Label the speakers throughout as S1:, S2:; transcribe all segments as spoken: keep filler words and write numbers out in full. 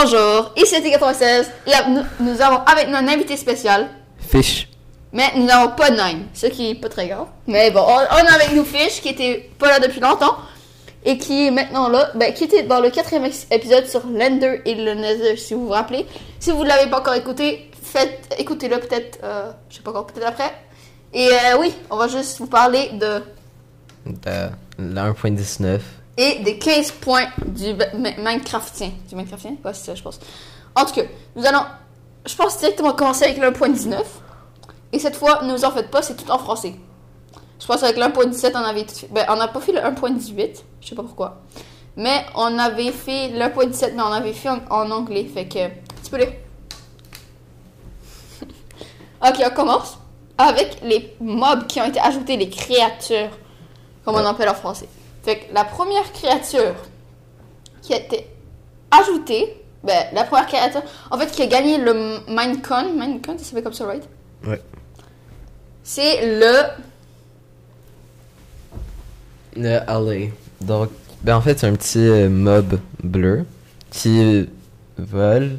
S1: Bonjour, ici T quatre-vingt-seize. Là, nous, nous avons avec nous un invité spécial.
S2: Fish.
S1: Mais nous n'avons pas Nine, ce qui est pas très grave. Mais bon, on, on a avec nous Fish, qui était pas là depuis longtemps. Et qui est maintenant là, ben, qui était dans le quatrième épisode sur l'Ender et le Nether, si vous vous rappelez. Si vous ne l'avez pas encore écouté, faites, écoutez-le peut-être, euh, je sais pas encore, peut-être après. Et euh, oui, on va juste vous parler de...
S2: De la un point dix-neuf.
S1: Et des quinze points du Minecraftien. Du Minecraftien? Ouais, c'est ça, je pense. En tout cas, nous allons, je pense, directement commencer avec le un point dix-neuf. Et cette fois, ne vous en faites pas, c'est tout en français. Je pense qu'avec le un point dix-sept, on avait... Ben, on n'a pas fait le un point dix-huit. Je sais pas pourquoi. Mais on avait fait le un point dix-sept, mais on avait fait en, en anglais. Fait que... Tu peux lire. Ok, on commence avec les mobs qui ont été ajoutés, les créatures, comme on appelle en français. Fait que la première créature qui a été ajoutée, ben, la première créature, en fait, qui a gagné le Minecon, Minecon, ça s'appelle comme ça, right?
S2: Ouais.
S1: C'est le...
S2: Le alley. Donc, ben en fait, c'est un petit euh, mob bleu qui vole.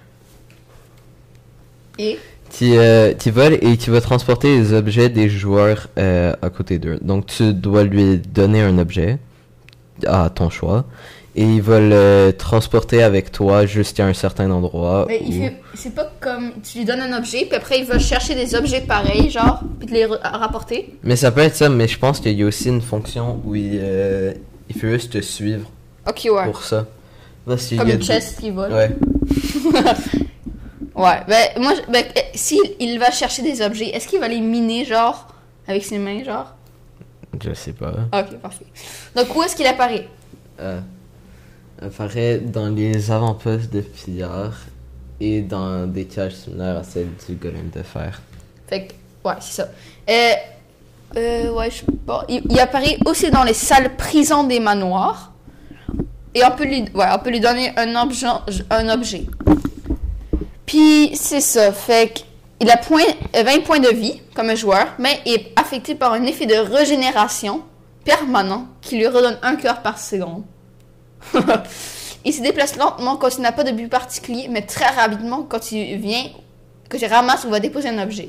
S1: Et?
S2: Qui, euh, qui vole et qui va transporter les objets des joueurs euh, à côté d'eux. Donc, tu dois lui donner un objet à ton choix. Et il va le transporter avec toi jusqu'à un certain endroit.
S1: Mais
S2: où...
S1: il fait, c'est pas comme tu lui donnes un objet, puis après il va chercher des objets pareils, genre, puis te les ra- rapporter.
S2: Mais ça peut être ça, mais je pense qu'il y a aussi une fonction où il, euh, il fait juste te suivre
S1: Ok, ouais.
S2: pour ça. Parce qu'il
S1: Comme
S2: y a
S1: une
S2: des-
S1: chest qui vole.
S2: Ouais.
S1: Ouais, ben, moi, je- ben, euh, s'il il va chercher des objets, est-ce qu'il va les miner, genre, avec ses mains, genre?
S2: Je sais pas.
S1: Ok, parfait. Donc, où est-ce qu'il apparaît?
S2: Euh, apparaît dans les avant-postes de pillards et dans des cages similaires à celles du golem de fer.
S1: Fait que, ouais, c'est ça. Euh, euh, ouais, je sais pas. Il, il apparaît aussi dans les salles prisons des manoirs. Et on peut lui, ouais, on peut lui donner un objet, un objet. Puis, c'est ça. Fait que, il a point, vingt points de vie comme un joueur, mais il est affecté par un effet de régénération permanent qui lui redonne un cœur par seconde. Il se déplace lentement quand il n'a pas de but particulier, mais très rapidement quand il vient, que tu ramasses ou va déposer un objet.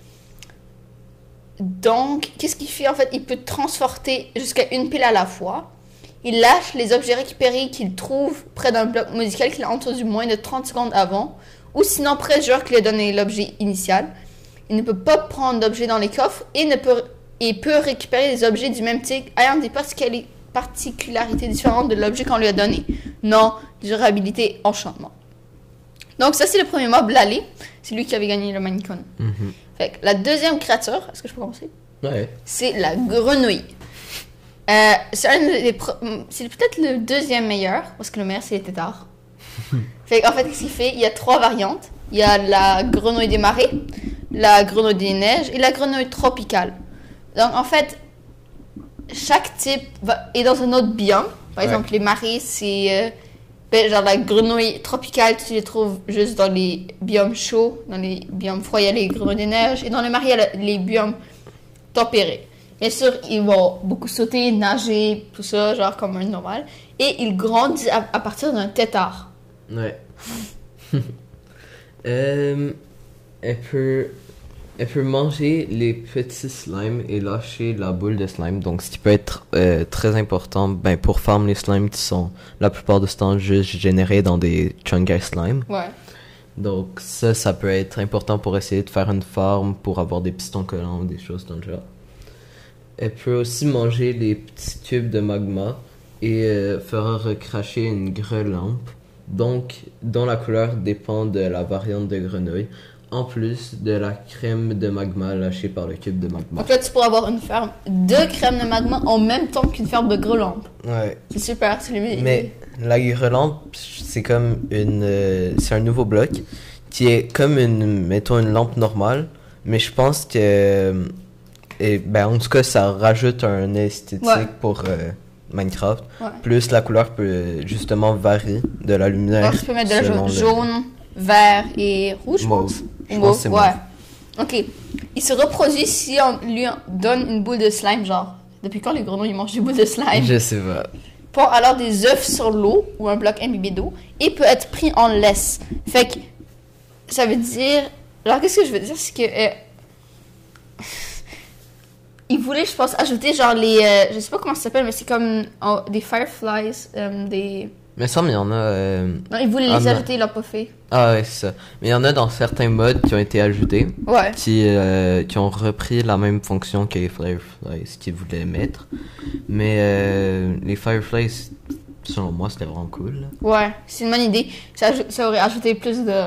S1: Donc, qu'est-ce qu'il fait en fait? Il peut transporter jusqu'à une pile à la fois. Il lâche les objets récupérés qu'il trouve près d'un bloc musical qu'il a entendu moins de trente secondes avant, ou sinon près du joueur qui lui a donné l'objet initial. Il ne peut pas prendre d'objets dans les coffres et ne peut, et peut récupérer des objets du même type ayant des particularités particularités différentes de l'objet qu'on lui a donné. Non, durabilité, enchantement. Donc ça, c'est le premier mob, l'allée. C'est lui qui avait gagné le Minecon.
S2: Mm-hmm.
S1: Fait que la deuxième créature, est-ce que je peux commencer?
S2: Ouais.
S1: C'est la grenouille. Euh, c'est, un des pro- c'est peut-être le deuxième meilleur, parce que le meilleur, c'est les têtards. Fait qu'en fait, qu'est-ce qu'il fait? Il y a trois variantes. Il y a la grenouille des marais, la grenouille des neiges et la grenouille tropicale. Donc en fait, chaque type va, est dans un autre biome. Par
S2: Ouais.
S1: exemple, les marais, c'est... Euh, ben, genre la grenouille tropicale, tu les trouves juste dans les biomes chauds. Dans les biomes froids, il y a les grenouilles des neiges. Et dans le marais, il y a les biomes tempérés. Bien sûr, ils vont beaucoup sauter, nager, tout ça, genre comme un normal. Et ils grandissent à, à partir d'un tétard.
S2: Ouais. euh, elle peut... Elle peut manger les petits slimes et lâcher la boule de slime. Donc, ce qui peut être euh, très important ben, pour farm les slimes qui sont la plupart du temps juste générés dans des chunky slime.
S1: Ouais.
S2: Donc, ça, ça peut être important pour essayer de faire une farm pour avoir des pistons collants ou des choses dans le genre. Elle peut aussi manger les petits cubes de magma et euh, fera recracher une grelampe. Donc, dont la couleur dépend de la variante de grenouille. En plus de la crème de magma lâchée par le cube de magma.
S1: Donc là, tu pourras avoir une ferme de crème de magma en même temps qu'une ferme de grelampe.
S2: Ouais.
S1: C'est super, c'est le
S2: Mais la grelampe, c'est comme une... euh, c'est un nouveau bloc qui est comme une... Mettons une lampe normale. Mais je pense que... Et, ben, en tout cas, ça rajoute un esthétique
S1: Ouais.
S2: pour euh, Minecraft.
S1: Ouais.
S2: Plus la couleur peut justement varier de la lumière.
S1: Donc, tu peux mettre de la
S2: selon
S1: jaune,
S2: le-
S1: jaune, vert et rouge, je
S2: Mauve.
S1: pense.
S2: Je
S1: Ou
S2: pense que c'est
S1: ouais.
S2: mauve.
S1: Ok. Il se reproduit si on lui en donne une boule de slime, genre. Depuis quand les grenouilles mangent des boules de slime?
S2: Je sais pas.
S1: pond alors des œufs sur l'eau ou un bloc imbibé d'eau et peut être pris en laisse. Fait que ça veut dire... Alors, qu'est-ce que je veux dire? C'est que... Euh, ils voulaient, je pense, ajouter genre les... Euh, je sais pas comment ça s'appelle, mais c'est comme oh, des fireflies, euh, des...
S2: Mais ça, mais il y en a... Euh...
S1: Non, ils voulaient
S2: ah,
S1: les
S2: non.
S1: ajouter, ils l'ont pas fait.
S2: Ah ouais, c'est ça. Mais il y en a dans certains modes qui ont été ajoutés.
S1: Ouais.
S2: Qui, euh, qui ont repris la même fonction que les Fireflies qu'ils voulaient mettre. Mais euh, les Fireflies, selon moi, c'était vraiment cool. Là.
S1: Ouais, c'est une bonne idée. Ça, ça aurait ajouté plus de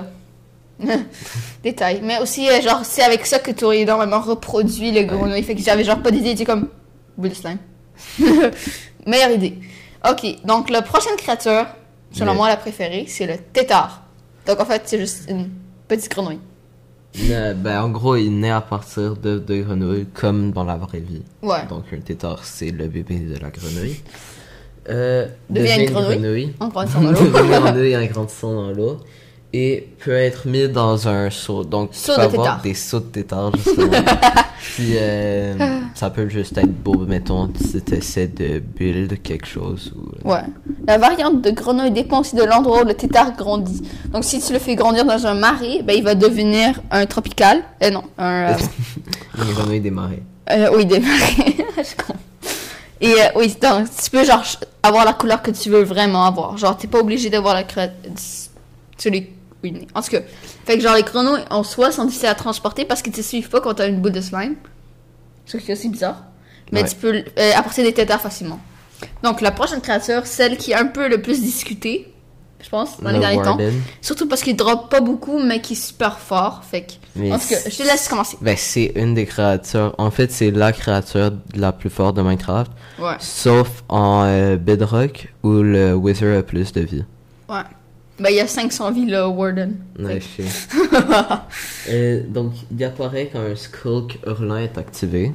S1: détails. Mais aussi, euh, genre, c'est avec ça que tu aurais énormément reproduit le grenouille. Ouais. Fait que j'avais genre pas d'idée, tu comme... Bulle slime. Meilleure idée. Ok, donc la prochaine créature, selon
S2: Mais...
S1: moi la préférée, c'est le tétard. Donc en fait, c'est juste une petite grenouille.
S2: Euh, ben, en gros, il naît à partir de, de grenouilles, comme dans la vraie vie.
S1: Ouais.
S2: Donc un tétard, c'est le bébé de la grenouille. Euh,
S1: devient une grenouille, grenouille en grandissant dans l'eau.
S2: Devient une grenouille en grandissant dans l'eau. Et peut être mis dans un seau. Donc,
S1: seau
S2: tu peux
S1: de
S2: avoir
S1: tétard.
S2: des seaux de tétard, justement. Puis, euh, ça peut juste être beau, mettons, si tu essaies de build quelque chose. Ou...
S1: Ouais. La variante de grenouille dépend aussi de l'endroit où le tétard grandit. Donc, si tu le fais grandir dans un marais, ben, il va devenir un tropical. Euh, non, un... Euh...
S2: Une grenouille des marais.
S1: Euh, oui, des marais. Je comprends. Et euh, oui, donc, tu peux, genre, avoir la couleur que tu veux vraiment avoir. Genre, t'es pas obligé d'avoir la couleur... Celui... Oui, en tout cas. Fait que genre les grenouilles en soi sont difficiles à transporter parce qu'ils te suivent pas quand t'as une boule de slime. Ce qui est aussi bizarre. Mais
S2: ouais.
S1: tu peux euh, apporter des tétards facilement. Donc la prochaine créature, celle qui est un peu le plus discutée, je pense, dans
S2: le
S1: les derniers temps.
S2: Warden.
S1: Surtout parce qu'il drop pas beaucoup, mais qui est super fort. Fait que. Mais en tout cas, je te laisse commencer.
S2: Ben, c'est une des créatures. En fait, c'est la créature la plus forte de Minecraft.
S1: Ouais.
S2: Sauf en euh, Bedrock où le Wither a plus de vie.
S1: Ouais. Ben, il y a cinq cents vies, le Warden.
S2: Ouais, je sais. euh, donc, il apparaît quand un Skulk hurlant est activé.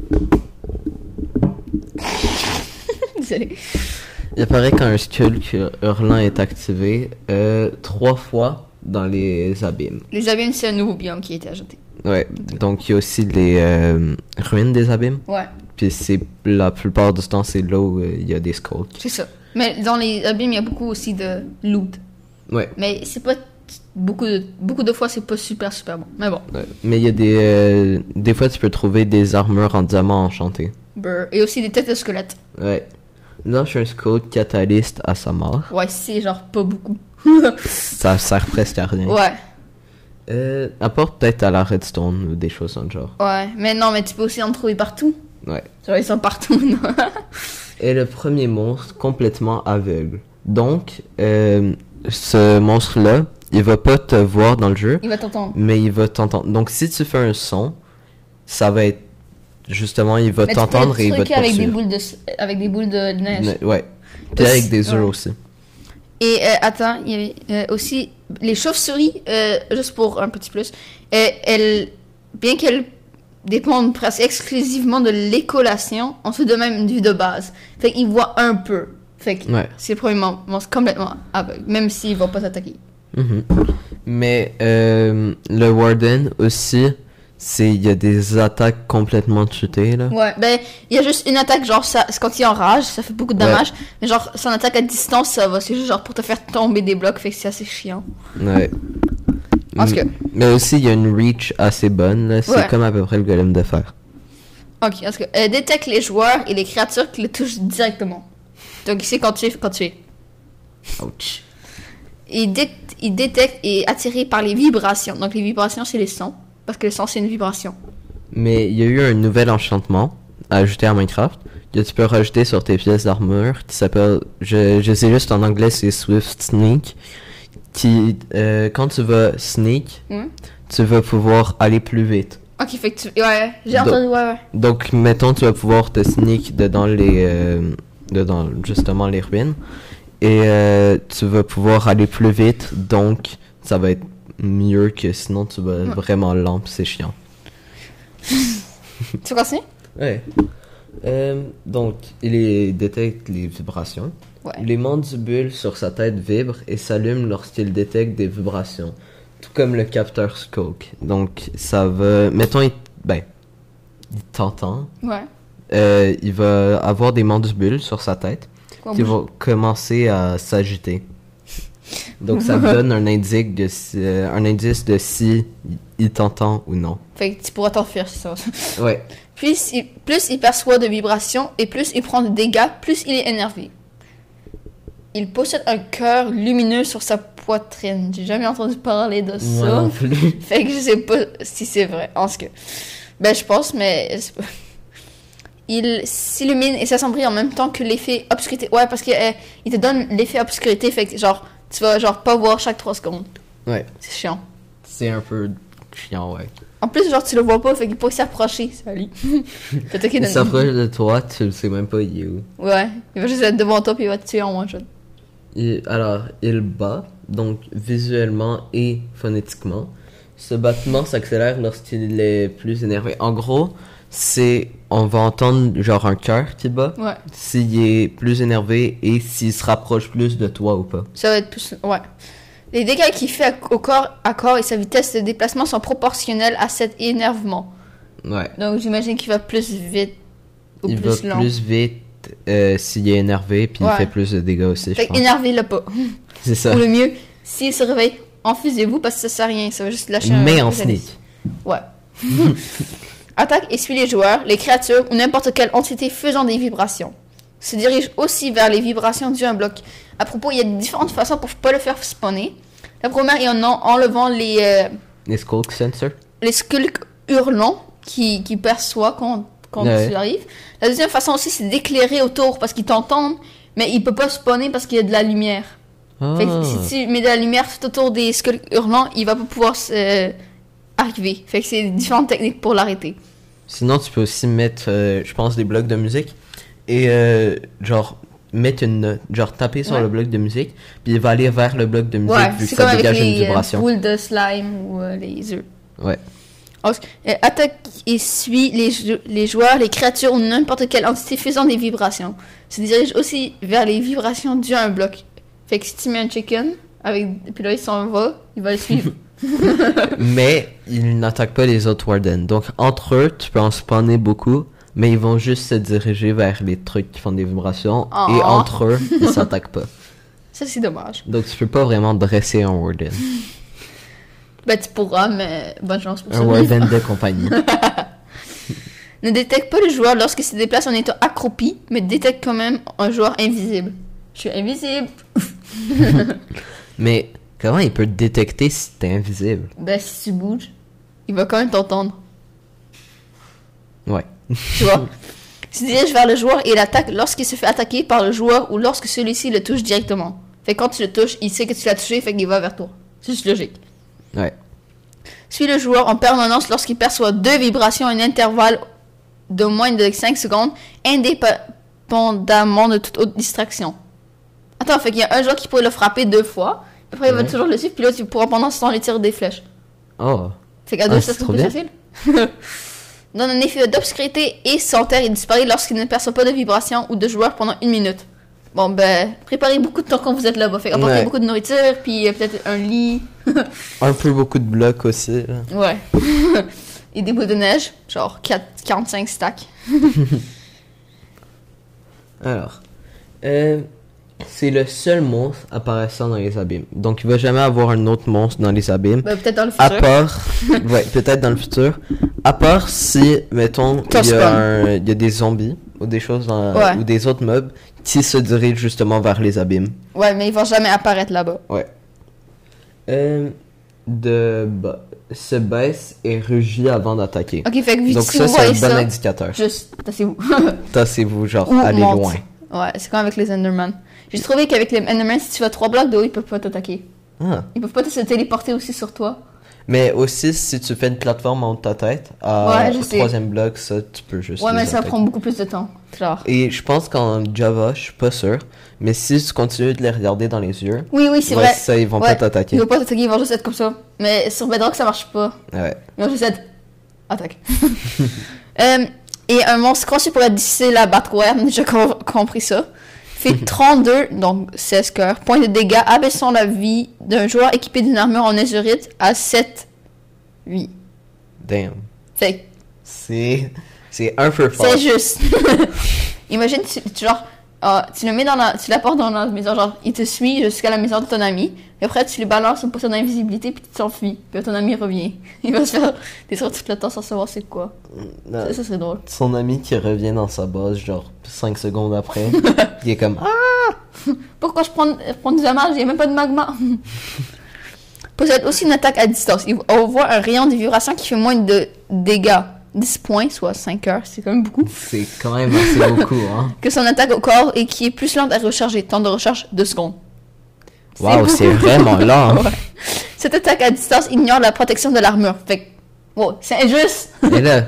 S1: Désolé.
S2: Il apparaît quand un Skulk hurlant est activé euh, trois fois dans les abîmes.
S1: Les abîmes, c'est un nouveau biome qui a été ajouté.
S2: Ouais, donc il y a aussi les euh, ruines des abîmes.
S1: Ouais.
S2: Puis c'est la plupart du temps, c'est là où euh, il y a des Skulks.
S1: C'est ça. Mais dans les abîmes, il y a beaucoup aussi de loot.
S2: Ouais.
S1: Mais c'est pas beaucoup de beaucoup de fois c'est pas super super bon. Mais bon.
S2: Ouais. Mais il y a des euh, des fois tu peux trouver des armures en diamant enchanté.
S1: Brr. Et aussi des têtes de squelettes.
S2: Ouais. Lâche un Skulk catalyste à sa mort.
S1: Ouais, c'est genre pas beaucoup.
S2: Ça sert presque à rien.
S1: Ouais.
S2: Euh, apporte peut-être à la redstone ou des choses dans le genre.
S1: Ouais, mais non, mais tu peux aussi en trouver partout.
S2: Ouais.
S1: Genre ils sont partout. Non?
S2: Et le premier monstre complètement aveugle. Donc euh, ce monstre-là, il va pas te voir dans le jeu.
S1: Il va t'entendre.
S2: Mais il va t'entendre. Donc si tu fais un son, ça va être justement, il va
S1: mais
S2: t'entendre et il va te
S1: avec des
S2: poursuivre.
S1: boules de avec des boules de neige.
S2: Ne- ouais. Puis
S1: Aussi-
S2: avec des œufs
S1: ouais.
S2: aussi.
S1: Et euh, attends, il y avait euh, aussi les chauves-souris, euh, juste pour un petit plus, euh, elles, bien qu'elles dépendent presque exclusivement de l'écolation, ont tout de même une vue de base. Fait qu'ils voient un peu. Fait que
S2: Ouais.
S1: c'est le premier mon- monstre complètement aveugle, même s'ils vont pas t'attaquer.
S2: Mhm. Mais euh, le Warden aussi, c'est il y a des attaques complètement cheatées là.
S1: Ouais, ben il y a juste une attaque, genre ça, c'est quand il enrage, ça fait beaucoup de dommages, mais genre son attaque à distance, ça va, c'est juste genre pour te faire tomber des blocs, fait que c'est assez chiant.
S2: Ouais.
S1: Parce que-
S2: M- Mais aussi il y a une reach assez bonne là. C'est
S1: Ouais.
S2: comme à peu près le golem de fer.
S1: Ok, parce que euh, détecte les joueurs et les créatures qui le touchent directement. Donc il sait quand tu es, quand tu es.
S2: Ouch.
S1: Il, dé- il détecte et est attiré par les vibrations. Donc les vibrations, c'est les sons. Parce que le son, c'est une vibration.
S2: Mais il y a eu un nouvel enchantement à ajouter à Minecraft que tu peux rajouter sur tes pièces d'armure qui s'appelle, je, je sais juste en anglais, c'est Swift Sneak. Qui, euh, quand tu vas sneak,
S1: Hmm?
S2: tu vas pouvoir aller plus vite.
S1: Ok, fait que tu... Ouais, j'ai
S2: Donc-
S1: entendu, ouais, ouais.
S2: Donc, mettons, tu vas pouvoir te sneak dedans les, euh, dedans justement les ruines, et euh, tu vas pouvoir aller plus vite. Donc, ça va être mieux que sinon tu vas être
S1: Ouais.
S2: vraiment lent, pis c'est chiant.
S1: Tu continues?
S2: Ouais. Euh, donc, il est- détecte les vibrations.
S1: Ouais.
S2: Les mandibules sur sa tête vibrent et s'allument lorsqu'il détecte des vibrations, tout comme le capteur Skulk. Donc, ça va... Mettons, il, ben, il t'entend.
S1: Ouais.
S2: Euh, il va avoir des mandibules sur sa tête
S1: Quoi,
S2: qui
S1: bouge?
S2: vont commencer à s'agiter. Donc ça me donne un indice de si, euh, un indice de si il t'entend ou non.
S1: Fait que tu pourras t'enfuir, c'est ça.
S2: Ouais.
S1: Plus il, plus il perçoit de vibrations et plus il prend de dégâts, plus il est énervé. Il possède un cœur lumineux sur sa poitrine. J'ai jamais entendu parler de
S2: Moi
S1: ça.
S2: non plus.
S1: Fait que je sais pas si c'est vrai. En ce que, ben je pense, mais je sais pas. Il s'illumine et s'assombrit en même temps que l'effet obscurité. Ouais, parce que euh, il te donne l'effet obscurité, fait que genre tu vas genre pas voir chaque trois secondes.
S2: Ouais.
S1: C'est chiant.
S2: C'est un peu chiant, ouais.
S1: En plus, genre tu le vois pas, fait qu'il peut s'approcher. Salut. Peut-être qu'il
S2: Il
S1: donne-
S2: s'approche de toi, tu le sais même pas il est où.
S1: Ouais, il va juste être devant toi puis il va te tuer en one shot.
S2: Il- alors, il bat, donc visuellement et phonétiquement. Ce battement s'accélère lorsqu'il est plus énervé. En gros, c'est on va entendre genre un cœur qui bat
S1: Ouais.
S2: s'il est plus énervé et s'il se rapproche plus de toi ou pas.
S1: Ça va être plus. Ouais. Les dégâts qu'il fait à- au corps à corps et sa vitesse de déplacement sont proportionnels à cet énervement.
S2: Ouais.
S1: Donc j'imagine qu'il va plus vite ou
S2: Il
S1: plus
S2: va
S1: lent.
S2: plus vite euh, s'il est énervé, puis
S1: Ouais.
S2: il fait plus de dégâts aussi, je
S1: Fait
S2: pense.
S1: énervez-le pas.
S2: C'est ça.
S1: Ou le mieux, s'il se réveille, enfusez-vous parce que ça sert à rien. Ça va juste lâcher un.
S2: Mais en
S1: un
S2: sneak.
S1: Ouais. Attaque et suit les joueurs, les créatures ou n'importe quelle entité faisant des vibrations. Se dirige aussi vers les vibrations du un bloc. À propos, il y a différentes façons pour pas le faire spawner. La première est en en- enlevant les, euh,
S2: Les Skulk Sensor.
S1: les skulks hurlants qui, qui perçoit quand, quand
S2: Ouais.
S1: tu arrives. La deuxième façon aussi, c'est d'éclairer autour parce qu'ils t'entendent, mais il peut pas spawner parce qu'il y a de la lumière.
S2: Ah.
S1: Fait que si tu mets de la lumière tout autour des skulks hurlants, il va pas pouvoir euh, arriver. Fait que c'est différentes techniques pour l'arrêter.
S2: Sinon, tu peux aussi mettre, euh, je pense, des blocs de musique et euh, genre mettre une note, genre taper sur
S1: Ouais.
S2: le bloc de musique, puis il va aller vers le bloc de musique
S1: Ouais,
S2: vu que
S1: c'est comme
S2: ça
S1: avec
S2: dégage une
S1: les euh,
S2: vibration.
S1: boules de slime ou euh, les œufs.
S2: Ouais.
S1: Ensuite, euh, attaque et suit les, jou- les joueurs, les créatures ou n'importe quelle entité faisant des vibrations. Se dirige aussi vers les vibrations dues à un bloc. Fait que si tu mets un chicken, avec, puis là il s'en va, il va le suivre.
S2: Mais il n'attaque pas les autres Wardens. Donc, entre eux, tu peux en spawner beaucoup, mais ils vont juste se diriger vers les trucs qui font des vibrations,
S1: Oh.
S2: et entre eux, ils s'attaquent pas.
S1: Ça c'est dommage.
S2: Donc, tu peux pas vraiment dresser un Warden.
S1: Ben tu pourras, mais bonne chance pour
S2: Un
S1: ça.
S2: Warden de compagnie.
S1: Ne détecte pas le joueur lorsqu'il se déplace en état accroupi, mais détecte quand même un joueur invisible. Je suis invisible.
S2: Mais, comment il peut te détecter si t'es invisible?
S1: Ben si tu bouges, il va quand même t'entendre.
S2: Ouais.
S1: Tu vois? Il se dirige vers le joueur et l'attaque lorsqu'il se fait attaquer par le joueur ou lorsque celui-ci le touche directement. Fait que quand tu le touches, il sait que tu l'as touché, fait qu'il va vers toi. C'est juste logique.
S2: Ouais.
S1: Suis le joueur en permanence lorsqu'il perçoit deux vibrations à un intervalle de moins de cinq secondes, indépendamment de toute autre distraction. Attends, fait qu'il y a un joueur qui pourrait le frapper deux fois, puis après il va
S2: Ouais.
S1: toujours le suivre, puis l'autre il pourra pendant ce temps lui tirer des flèches.
S2: Oh.
S1: Fait qu'à
S2: Ah,
S1: deux,
S2: c'est
S1: ça serait
S2: trop
S1: plus
S2: bien.
S1: facile. Donne un effet d'obscurité et s'enterre et disparaît lorsqu'il ne perçoit pas de vibration ou de joueur pendant une minute. Bon, ben, préparez beaucoup de temps quand vous êtes là-bas. Fait apportez
S2: Ouais.
S1: beaucoup de nourriture, puis euh, peut-être un lit.
S2: Un peu beaucoup de blocs aussi. là.
S1: Ouais. Et des boules de neige, genre quatre, quarante-cinq stacks.
S2: Alors, euh, c'est le seul monstre apparaissant dans les abîmes. Donc, il va jamais avoir un autre monstre dans les abîmes.
S1: Ben, peut-être dans le
S2: À
S1: futur.
S2: part, ouais, peut-être dans le futur. À part si, mettons,
S1: Ça
S2: il y,
S1: spawn.
S2: a un- il y a des zombies ou des choses dans,
S1: Ouais.
S2: ou des autres mobs qui se dirigent justement vers les abîmes.
S1: Ouais, mais ils vont jamais apparaître là-bas.
S2: Ouais. Euh, de ba- se baisse et rugit avant d'attaquer.
S1: Ok, fait que vu
S2: Donc
S1: si
S2: ça,
S1: vous
S2: c'est un
S1: voyez
S2: bon
S1: ça,
S2: indicateur.
S1: juste, tassez-vous.
S2: Tassez-vous, genre,
S1: Ou
S2: allez
S1: monte.
S2: loin.
S1: Ouais, c'est comme avec les Enderman. J'ai trouvé qu'avec les Enderman, si tu vas trois blocs de haut, ils peuvent pas t'attaquer.
S2: Ah.
S1: Ils peuvent pas te se téléporter aussi sur toi.
S2: Mais aussi, si tu fais une plateforme en haut de ta tête, à
S1: Ouais, je
S2: au
S1: sais.
S2: troisième bloc, ça, tu peux juste
S1: Ouais,
S2: les
S1: mais ça
S2: attaquer.
S1: prend beaucoup plus de temps. Genre.
S2: Et je pense qu'en Java, je suis pas sûr, mais si tu continues de les regarder dans les yeux,
S1: Oui, oui, c'est
S2: ouais,
S1: vrai.
S2: ça, ils vont
S1: Ouais,
S2: pas t'attaquer.
S1: Ils vont pas t'attaquer, ils vont juste être comme ça. Mais sur Bedrock, ça marche pas.
S2: Ouais.
S1: Ils vont juste être. Attaque. Euh, et un monstre conçu pour être difficile à battre, ouais, on a déjà com- compris ça. Fait trente-deux, donc seize cœurs, points de dégâts, abaissant la vie d'un joueur équipé d'une armure en azurite à sept vies.
S2: Damn.
S1: Fait que
S2: C'est, c'est un peu fort.
S1: c'est juste. Imagine, tu, tu- genre, Ah, tu le mets dans la, tu l'apportes dans la maison, genre, il te suit jusqu'à la maison de ton ami, et après, tu lui balances une potion d'invisibilité, puis tu t'enfuis. Puis ton ami revient. Il va se faire des trucs tout le temps sans savoir c'est quoi.
S2: Non,
S1: Ça, ça serait drôle.
S2: son ami qui revient dans sa base, genre cinq secondes après, il est comme ah!
S1: Pourquoi je prends, je prends du dommage? Il n'y a même pas de magma. Possède aussi une attaque à distance. Il envoie un rayon de vibration qui fait moins de dégâts. dix points, soit cinq heures, c'est quand même beaucoup.
S2: C'est quand même assez beaucoup, hein.
S1: Que son attaque au corps et qui est plus lente à recharger. Temps de recharge deux secondes.
S2: Waouh, c'est vraiment lent.
S1: Ouais. Cette attaque à distance ignore la protection de l'armure. Fait que, wow, c'est injuste.
S2: Et là,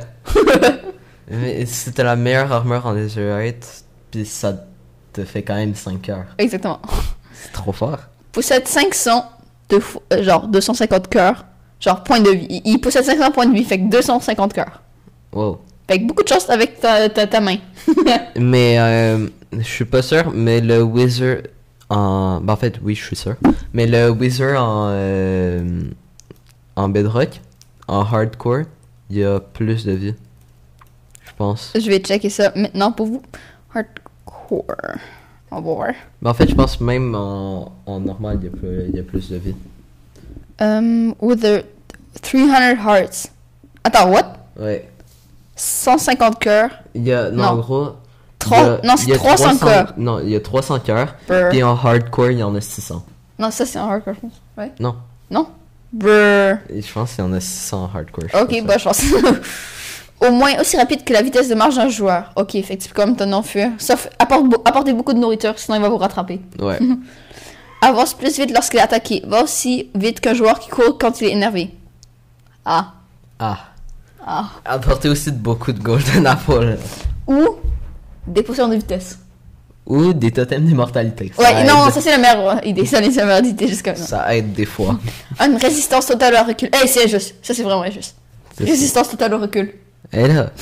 S2: mais c'était la meilleure armure en Netherite, puis ça te fait quand même cinq heures.
S1: Exactement.
S2: C'est trop fort.
S1: Possède cinq cents, de fo- euh, genre deux cent cinquante cœurs. Genre points de vie. Il, il possède cinq cents points de vie, fait que deux cent cinquante cœurs.
S2: Wow.
S1: Fait que beaucoup de chance avec ta, ta, ta main.
S2: Mais euh, je suis pas sûr, mais le Wizard en... Ben, en fait, oui, je suis sûr. Mais le Wizard en, euh, en Bedrock, en Hardcore, il y a plus de vie. Je pense.
S1: Je vais checker ça maintenant pour vous. Hardcore. On va voir.
S2: Ben, en fait, je pense même en, en normal, il y, a plus, il y a plus de vie.
S1: Um, with the three hundred hearts. Attends, what?
S2: Ouais.
S1: cent cinquante cœurs.
S2: Il y a... Non,
S1: Non.
S2: en gros...
S1: Trois-
S2: il y a-
S1: non, c'est
S2: il y a
S1: trois cents cœurs.
S2: Non, il y a trois cents cœurs.
S1: Brr.
S2: Puis en Hardcore, il y en a six cents.
S1: Non, ça c'est un hardcore, je pense. Ouais.
S2: Non.
S1: Non? Brr.
S2: Et je pense qu'il y en a six cents en Hardcore. je suis
S1: Ok,
S2: pas
S1: bah
S2: sûr.
S1: je pense. Au moins aussi rapide que la vitesse de marche d'un joueur. Ok, fait que tu peux comme t'en enfuir. Sauf apporte, beau- apportez beaucoup de nourriture, sinon il va vous rattraper.
S2: Ouais.
S1: Avance plus vite lorsqu'il est attaqué. Va aussi vite qu'un joueur qui court quand il est énervé. Ah.
S2: Ah.
S1: Ah.
S2: Apporter aussi de beaucoup de Golden Apple.
S1: Ou des potions de vitesse.
S2: Ou des totems d'immortalité. Ça
S1: Ouais,
S2: aide.
S1: non, ça c'est la meilleure idée. Ça c'est la meilleure idée jusqu'à maintenant.
S2: Ça aide des fois.
S1: Une résistance totale au recul. Eh, c'est injuste. Ça c'est vraiment injuste.
S2: C'est
S1: Résistance totale au recul.
S2: Et là,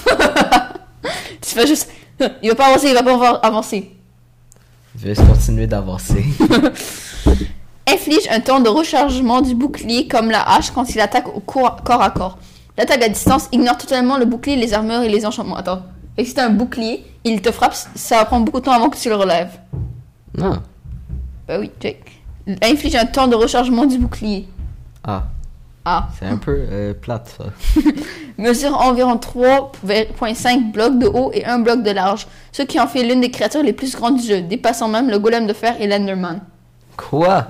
S1: Tu fais juste. Il va pas avancer, il va pas pouvoir avancer.
S2: je vais continuer d'avancer.
S1: Inflige un temps de rechargement du bouclier comme la hache quand il attaque au cour- corps à corps. L'attaque à distance ignore totalement le bouclier, les armures et les enchantements. Attends. Fait que si t'as un bouclier, il te frappe, ça va prendre beaucoup de temps avant que tu le relèves.
S2: Non.
S1: Bah oui, check. Inflige un temps de rechargement du bouclier.
S2: Ah,
S1: Ah.
S2: c'est un peu euh, plate ça.
S1: Mesure environ trois virgule cinq blocs de haut et un bloc de large. Ce qui en fait l'une des créatures les plus grandes du jeu, dépassant même le golem de fer et l'Enderman.
S2: Quoi?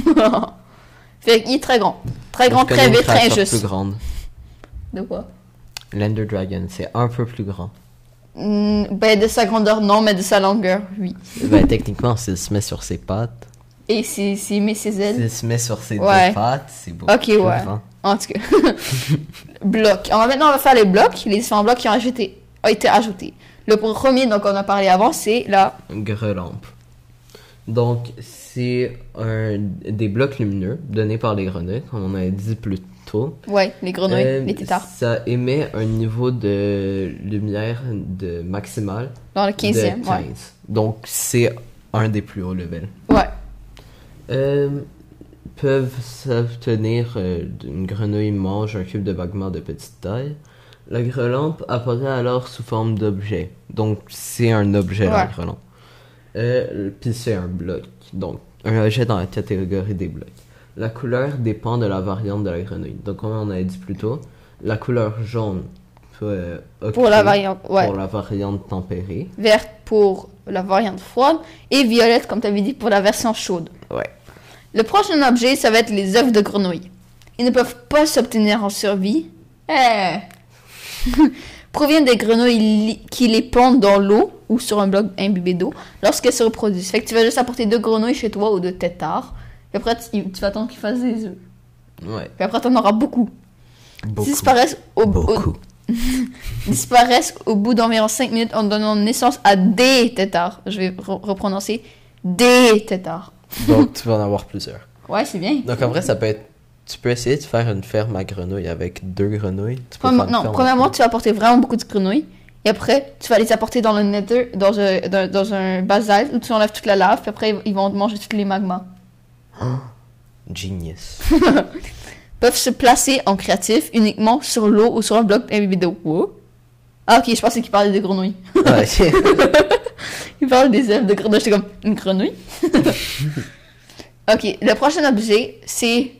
S1: Fait qu'il est très grand. Très grand,
S2: Je connais
S1: très
S2: une
S1: vite, très
S2: créature
S1: injuste.
S2: plus grande.
S1: De quoi?
S2: L'Ender Dragon, c'est un peu plus grand.
S1: Hmm, ben, de sa grandeur, non, mais de sa longueur, oui.
S2: Ben, techniquement, s'il se met sur ses pattes,
S1: Et s'il s'il met ses ailes.
S2: s'il se met sur ses
S1: Ouais.
S2: deux pattes, c'est beaucoup
S1: Ok,
S2: plus
S1: ouais.
S2: grand.
S1: En tout cas. Blocs. On va maintenant on va faire les blocs, les différents blocs qui ont, ajouté, ont été ajoutés. Le premier, donc on a parlé avant, c'est la.
S2: Grelampe. Donc, c'est un, des blocs lumineux donnés par les grenouilles, comme on avait dit plus tôt.
S1: Ouais, les grenouilles,
S2: Euh,
S1: les tétards.
S2: Ça émet un niveau de lumière de maximal
S1: Dans le
S2: de
S1: quinzième,
S2: quinze.
S1: ouais.
S2: Donc, c'est un des plus hauts levels.
S1: Ouais.
S2: Euh, peuvent s'obtenir euh, d'une grenouille mange un cube de magma de petite taille. La grelampe apparaît alors sous forme d'objet. Donc, c'est un objet, la
S1: Ouais.
S2: grelampe. Euh, Puis c'est un bloc. Donc, un objet dans la catégorie des blocs. La couleur dépend de la variante de la grenouille. Donc, comme on avait dit plus tôt, la couleur jaune euh,
S1: Pour
S2: ocre
S1: la variante, ouais.
S2: pour la variante tempérée.
S1: Verte pour la variante froide. Et violette, comme tu avais dit, pour la version chaude.
S2: Ouais.
S1: Le prochain objet, ça va être les œufs de grenouille. Ils ne peuvent pas s'obtenir en survie. Eh. Proviennent des grenouilles li- qui les pondent dans l'eau ou sur un bloc imbibé d'eau lorsqu'elles se reproduisent. Fait que tu vas juste apporter deux grenouilles chez toi ou deux têtards. Et après, tu, tu vas attendre qu'ils fassent des œufs.
S2: Ouais.
S1: Puis après, tu en auras beaucoup.
S2: Beaucoup.
S1: Disparaissent au, au-
S2: Beaucoup.
S1: disparaissent au bout d'environ cinq minutes en donnant naissance à des têtards. Je vais re- reprononcer des têtards.
S2: Donc, tu vas en avoir plusieurs.
S1: Ouais, c'est bien.
S2: Donc, en vrai, ça peut être... Tu peux essayer de faire une ferme à grenouilles avec deux grenouilles. Tu peux
S1: Premièrement-
S2: faire une
S1: non,
S2: ferme
S1: premièrement,
S2: avec-
S1: tu vas apporter vraiment beaucoup de grenouilles. Et après, tu vas les apporter dans le nether, dans un, dans, dans un basalte où tu enlèves toute la lave. Puis après, ils vont manger tous les magmas.
S2: Genius.
S1: Peuvent se placer en créatif uniquement sur l'eau ou sur un bloc imbibé d'eau. Oh. Ah, ok, je pensais qu'il parlait des grenouilles.
S2: Ah, ok.
S1: Il parle des œufs de grenouille. J'étais comme, une grenouille? Ok, le prochain objet, c'est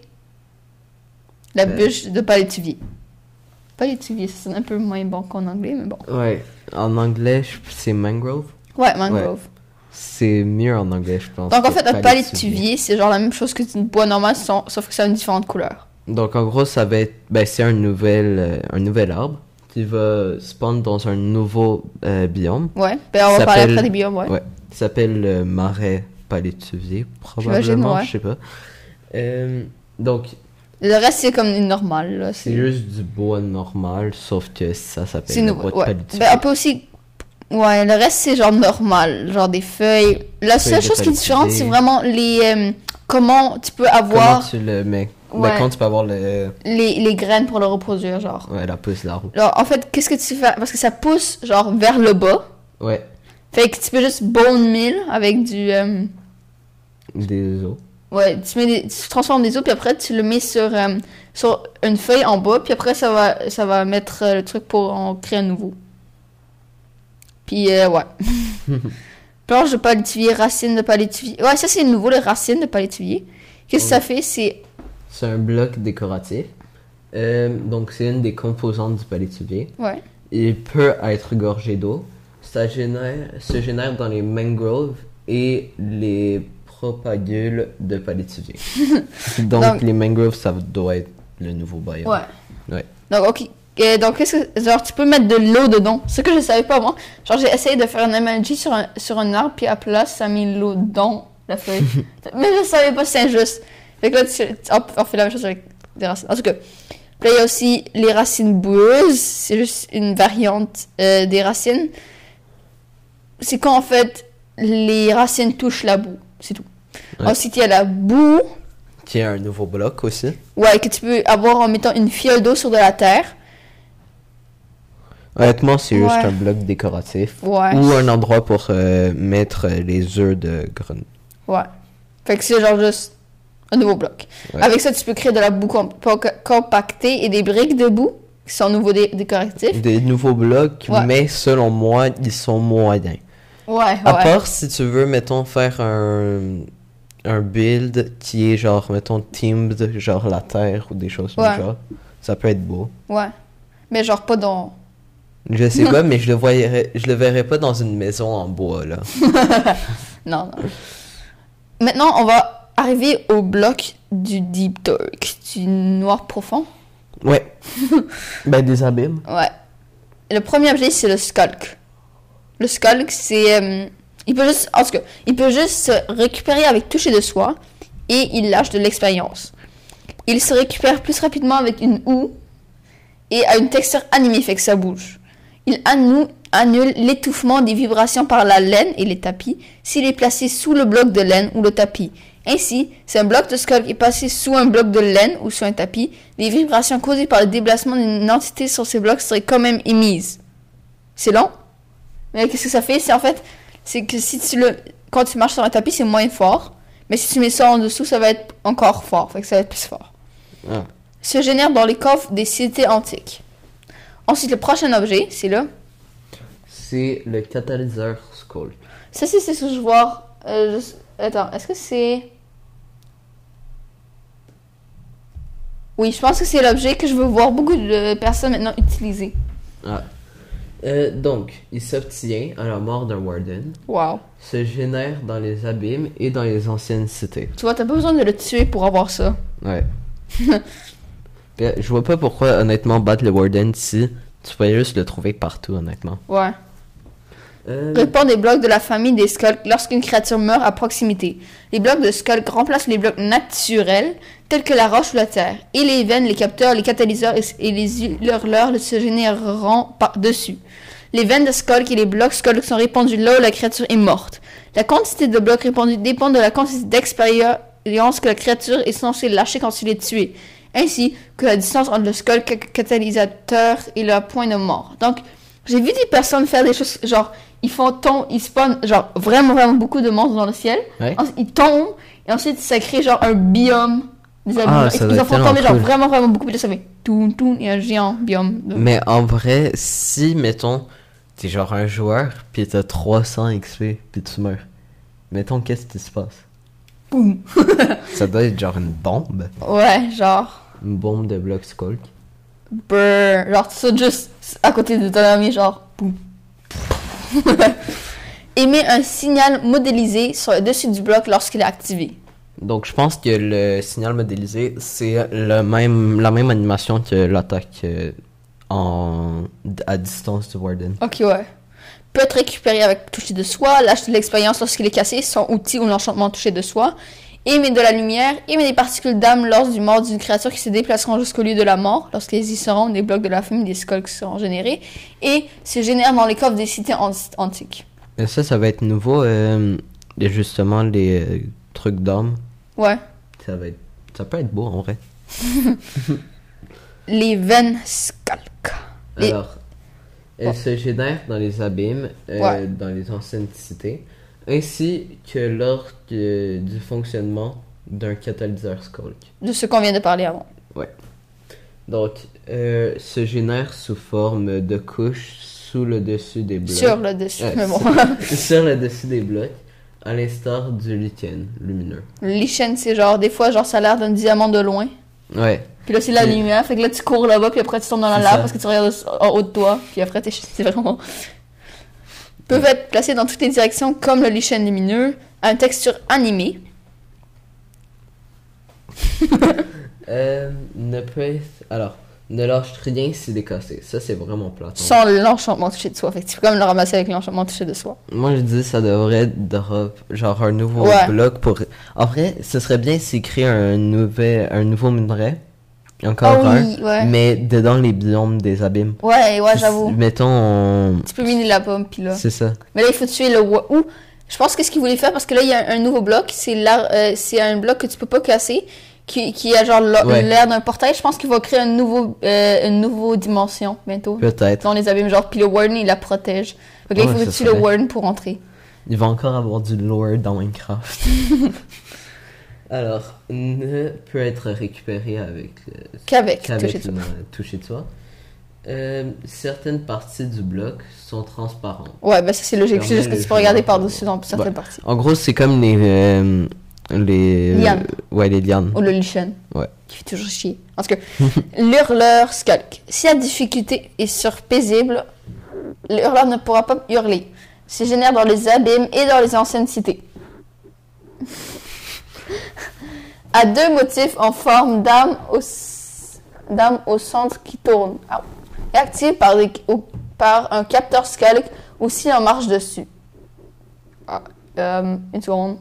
S1: la
S2: Euh.
S1: bûche de palétuvier. Palétuvier, ça sonne un peu moins bon qu'en anglais, mais bon.
S2: Ouais, en anglais, je- c'est mangrove.
S1: Ouais, mangrove.
S2: C'est mieux en anglais, je pense.
S1: Donc en
S2: que
S1: fait, un
S2: palétuvier.
S1: palétuvier, c'est genre la même chose que une bois normale, sans- sauf que ça a une différente couleur.
S2: Donc en gros, ça va être, ben c'est un nouvel, euh, un nouvel arbre qui va spawn dans un nouveau euh, biome.
S1: Ouais, ben on va
S2: Ça
S1: parler
S2: s'appelle-
S1: après des biomes, ouais.
S2: Ouais, qui s'appelle le marais palétuvier,
S1: J'imagine,
S2: probablement,
S1: ouais.
S2: je sais pas. Euh, donc
S1: Le reste, c'est comme une normale, là.
S2: c'est juste du bois normal, sauf que ça
S1: C'est
S2: s'appelle le
S1: nouveau,
S2: bois de
S1: ouais.
S2: palétuvier.
S1: Ben, on peut aussi... Ouais, le reste, c'est genre normal, genre des feuilles. La
S2: Feuilles
S1: seule
S2: de
S1: chose qui est différente,
S2: palétuvier.
S1: c'est vraiment les... euh, comment tu peux
S2: Comment
S1: avoir
S2: tu le mets? Ben,
S1: Ouais.
S2: comment tu peux avoir le,
S1: les, les graines pour le reproduire, genre.
S2: ouais, la pousse d'arbre.
S1: Genre, en fait, qu'est-ce que tu fais? Parce que ça pousse, genre, vers le bas.
S2: Ouais,
S1: Fait que tu peux juste bone meal avec du... euh,
S2: des os.
S1: Ouais, tu, mets des- tu transformes des os, puis après, tu le mets sur, euh, sur une feuille en bas, puis après, ça va, ça va mettre euh, le truc pour en créer un nouveau. Puis, euh, ouais. Planche de palétuvier, racines de palétuvier. Ouais, ça, c'est nouveau, les racines de palétuvier. Qu'est-ce que ça fait? C'est...
S2: C'est un bloc décoratif. Euh, donc c'est une des composantes du palétuvier.
S1: Ouais.
S2: Il peut être gorgé d'eau. Ça génère, se génère dans les mangroves et les propagules de palétuvier. donc,
S1: Donc-
S2: les mangroves, ça doit être le nouveau biome.
S1: Ouais.
S2: Ouais.
S1: Donc, ok. Euh, donc, qu'est-ce que... Genre, tu peux mettre de l'eau dedans. Ce que je savais pas, moi. Genre, j'ai essayé de faire une analogie sur un, sur un arbre, puis à place, ça a mis l'eau dans la feuille. Mais je savais pas si c'est injuste. Fait que là, tu, hop, on fait la même chose avec des racines. En tout cas, puis là, il y a aussi les racines boueuses. C'est juste une variante euh, des racines. C'est quand, en fait, les racines touchent la boue. C'est tout.
S2: Ouais.
S1: Ensuite, il y a la boue.
S2: Qui est un nouveau bloc aussi.
S1: Ouais, que tu peux avoir en mettant une fiole d'eau sur de la terre.
S2: Honnêtement, c'est juste
S1: Ouais.
S2: un bloc décoratif.
S1: Ouais.
S2: Ou un endroit pour euh, mettre euh, les œufs de grenouille.
S1: Ouais. Fait que c'est genre juste un nouveau bloc.
S2: Ouais.
S1: Avec ça, tu peux créer de la boue com- poc- compactée et des briques de boue qui sont nouveaux dé- décoratifs.
S2: Des nouveaux blocs,
S1: Ouais.
S2: mais selon moi, ils sont moyens.
S1: Ouais,
S2: À
S1: ouais.
S2: part si tu veux, mettons, faire un, un build qui est genre, mettons, teamed, genre la terre ou des choses
S1: Ouais.
S2: comme ça, ça peut être beau.
S1: Ouais. Mais genre pas dans...
S2: Je sais pas, mais je le voyerais, je le verrais pas dans une maison en bois, là.
S1: Non, non. Maintenant, on va arriver au bloc du Deep Dark, du noir profond.
S2: Ouais. ben, des abîmes.
S1: Ouais. Le premier objet, c'est le Skulk. Le Skulk, c'est... euh, il peut juste... En tout cas, il peut juste se récupérer avec toucher de soi et il lâche de l'expérience. Il se récupère plus rapidement avec une houe et a une texture animée, fait que ça bouge. Il annu- annule l'étouffement des vibrations par la laine et les tapis s'il est placé sous le bloc de laine ou le tapis. Ainsi, si un bloc de Skulk est passé sous un bloc de laine ou sous un tapis, les vibrations causées par le déplacement d'une entité sur ces blocs seraient quand même émises. C'est long, mais qu'est-ce que ça fait? C'est en fait, c'est que si tu le, quand tu marches sur un tapis, c'est moins fort, mais si tu mets ça en dessous, ça va être encore fort, fait que ça va être plus fort.
S2: Ah.
S1: Se génère dans les coffres des cités antiques. Ensuite, le prochain objet, c'est là.
S2: C'est le catalyseur Skull.
S1: Ça, c'est c'est ce que je vois. Euh, je- Attends, est-ce que c'est... Oui, je pense que c'est l'objet que je veux voir beaucoup de personnes maintenant utiliser.
S2: Ah. Euh, donc, il s'obtient à la mort d'un Warden,
S1: Wow.
S2: se génère dans les abîmes et dans les anciennes cités.
S1: Tu vois, t'as pas besoin de le tuer pour avoir ça.
S2: Ouais. Ben, je vois pas pourquoi, honnêtement, battre le Warden si tu pourrais juste le trouver partout, honnêtement.
S1: Ouais.
S2: Euh,
S1: Répand des blocs de la famille des Skulks lorsqu'une créature meurt à proximité. Les blocs de Skulk remplacent les blocs naturels, tels que la roche ou la terre. Et les veines, les capteurs, les catalyseurs et, et les hurleurs se généreront par-dessus. Les veines de Skulk et les blocs Skulk sont répandus là où la créature est morte. La quantité de blocs répandus dépend de la quantité d'expérience que la créature est censée lâcher quand tu l'es tué, ainsi que la distance entre le Skulk catalysateur et le point de mort. Donc, j'ai vu des personnes faire des choses genre ils font tomber, ils spawnent genre vraiment vraiment beaucoup de monstres dans le ciel.
S2: Ouais.
S1: Ensuite, ils tombent et ensuite ça crée genre un biome Des
S2: Ah,
S1: abîmes.
S2: ça
S1: Ils
S2: doit
S1: en
S2: être
S1: font tomber
S2: tellement
S1: genre
S2: cool.
S1: vraiment, vraiment beaucoup. Puis là, ça fait toun, toun, et un géant biome. de-
S2: Mais en vrai, si, mettons, t'es genre un joueur, pis t'as trois cents X P, pis tu meurs. Mettons, qu'est-ce qui se passe?
S1: Boum.
S2: Ça doit être genre une bombe.
S1: Ouais, genre.
S2: Une bombe de bloc Skulk.
S1: Brrr. Genre, tu sautes juste à côté de ton ami, genre. Boum. Émet un signal modélisé sur le dessus du bloc lorsqu'il est activé.
S2: Donc, je pense que le signal modélisé, c'est le même, la même animation que l'attaque euh, en, à distance du Warden.
S1: Ok, ouais. Peut être récupéré avec toucher de soi, lâche de l'expérience lorsqu'il est cassé, son outil ou l'enchantement touché de soi, émet de la lumière, émet des particules d'âme lors du mort d'une créature qui se déplaceront jusqu'au lieu de la mort, lorsqu'elles y seront, des blocs de la famille des skulks seront générés, et se génèrent dans les coffres des cités an- antiques.
S2: Et ça, ça va être nouveau. Euh, et justement, les euh, trucs d'âme,
S1: Ouais.
S2: ça va être, ça peut être beau en vrai.
S1: Les veines skulk. Les-
S2: Alors, elle
S1: Ouais.
S2: se génère dans les abîmes, euh,
S1: Ouais.
S2: dans les anciennes cités, ainsi que lors de- du fonctionnement d'un catalyseur Skulk.
S1: De ce qu'on vient de parler avant.
S2: Donc, euh, se génère sous forme de couches sous le dessus des blocs.
S1: Sur le dessus,
S2: Ouais,
S1: mais bon.
S2: sur le dessus des blocs, à l'instar du lichen lumineux.
S1: Le lichen, c'est genre, des fois, genre, ça a l'air d'un diamant de loin.
S2: Ouais.
S1: Puis là, c'est la
S2: Oui.
S1: lumière. Fait que là, tu cours là-bas, puis après, tu tombes dans la
S2: C'est
S1: lave
S2: ça.
S1: parce que tu regardes en haut de toi. Puis après, t'es c'est vraiment. Peuvent être placés dans toutes les directions, comme le lichen lumineux, à une texture animée.
S2: Euh, ne peut être... Alors, ne lâche rien s'il est cassé. Ça, c'est vraiment plate.
S1: Sans l'enchantement touché de soi. Fait que tu peux comme le ramasser avec l'enchantement touché de soi.
S2: Moi, je dis ça devrait drop genre un nouveau
S1: Ouais.
S2: bloc pour... En vrai, ce serait bien s'il crée un, nouvel, un nouveau minerai. Encore
S1: Ah
S2: un.
S1: oui, ouais.
S2: Mais dedans les biomes des abîmes.
S1: Ouais, ouais,
S2: Si-
S1: j'avoue.
S2: Mettons... on-
S1: Tu peux miner la pomme, puis là.
S2: C'est ça.
S1: Mais là, il faut tuer le wa- ou je pense que ce qu'il voulait faire, parce que là, il y a un nouveau bloc. C'est l'ar- euh, c'est un bloc que tu peux pas casser. Qui, qui a genre l'a-
S2: Ouais.
S1: l'air d'un portail. Je pense qu'il va créer un nouveau, euh, une nouvelle dimension bientôt.
S2: Peut-être.
S1: Dans les abîmes, genre, puis le warden, il la protège. Fait que là,
S2: Ouais,
S1: il faut
S2: ça
S1: tuer le
S2: serait-
S1: warden pour entrer.
S2: Il va encore avoir du lore dans Minecraft. Alors, ne peut être récupéré avec... euh,
S1: Qu'avec
S2: qu'avec
S1: toucher de
S2: une, euh, toucher de soi. Euh, certaines parties du bloc sont transparentes.
S1: Ouais, ben ça, c'est logique. C'est
S2: Permet
S1: juste que
S2: le
S1: tu peux regarder
S2: joueur
S1: par-dessus
S2: de-
S1: dans certaines
S2: Ouais.
S1: parties.
S2: En gros, c'est comme les... euh, les...
S1: Lianes.
S2: Ouais, les lianes.
S1: Ou le lichen.
S2: Ouais.
S1: Qui fait toujours chier. Parce que l'hurleur skulk. Si la difficulté est sur paisible, le hurleur ne pourra pas hurler. Se génère dans les abîmes et dans les anciennes cités. À deux motifs en forme d'âme au, s- d'âme au centre qui tourne. Ah. Et active par, des- ou- par un capteur skulk ou si on marche dessus. Ah, euh, une seconde.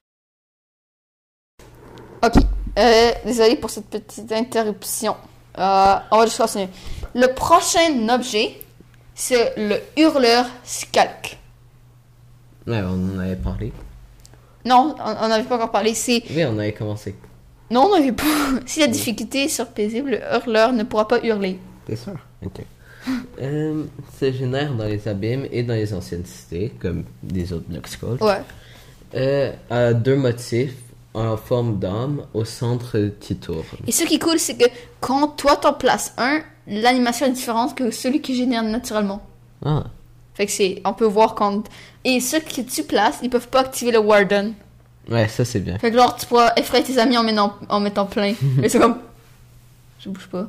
S1: Ok. Euh, désolé pour cette petite interruption. Euh, on va juste continuer. Le prochain objet, c'est le hurleur skulk.
S2: Ouais, on en avait parlé.
S1: Non, on n'avait pas encore parlé. C'est
S2: Oui, on avait commencé.
S1: non, on n'avait pas. Si la difficulté est sur paisible, le hurleur ne pourra pas hurler.
S2: T'es sûr? Ok. euh, se génère dans les abîmes et dans les anciennes cités, comme des autres blocs Skull.
S1: Ouais.
S2: Euh, à deux motifs en forme d'âme au centre qui tourne.
S1: Et ce qui est cool, c'est que quand toi t'en places un, l'animation est différente que celui qui génère naturellement.
S2: Ah,
S1: Fait que c'est, on peut voir quand. Et ceux que tu places, ils peuvent pas activer le warden.
S2: ouais, ça c'est bien.
S1: Fait que genre, tu pourras effrayer tes amis en mettant, en mettant plein. Et c'est comme. Je bouge pas.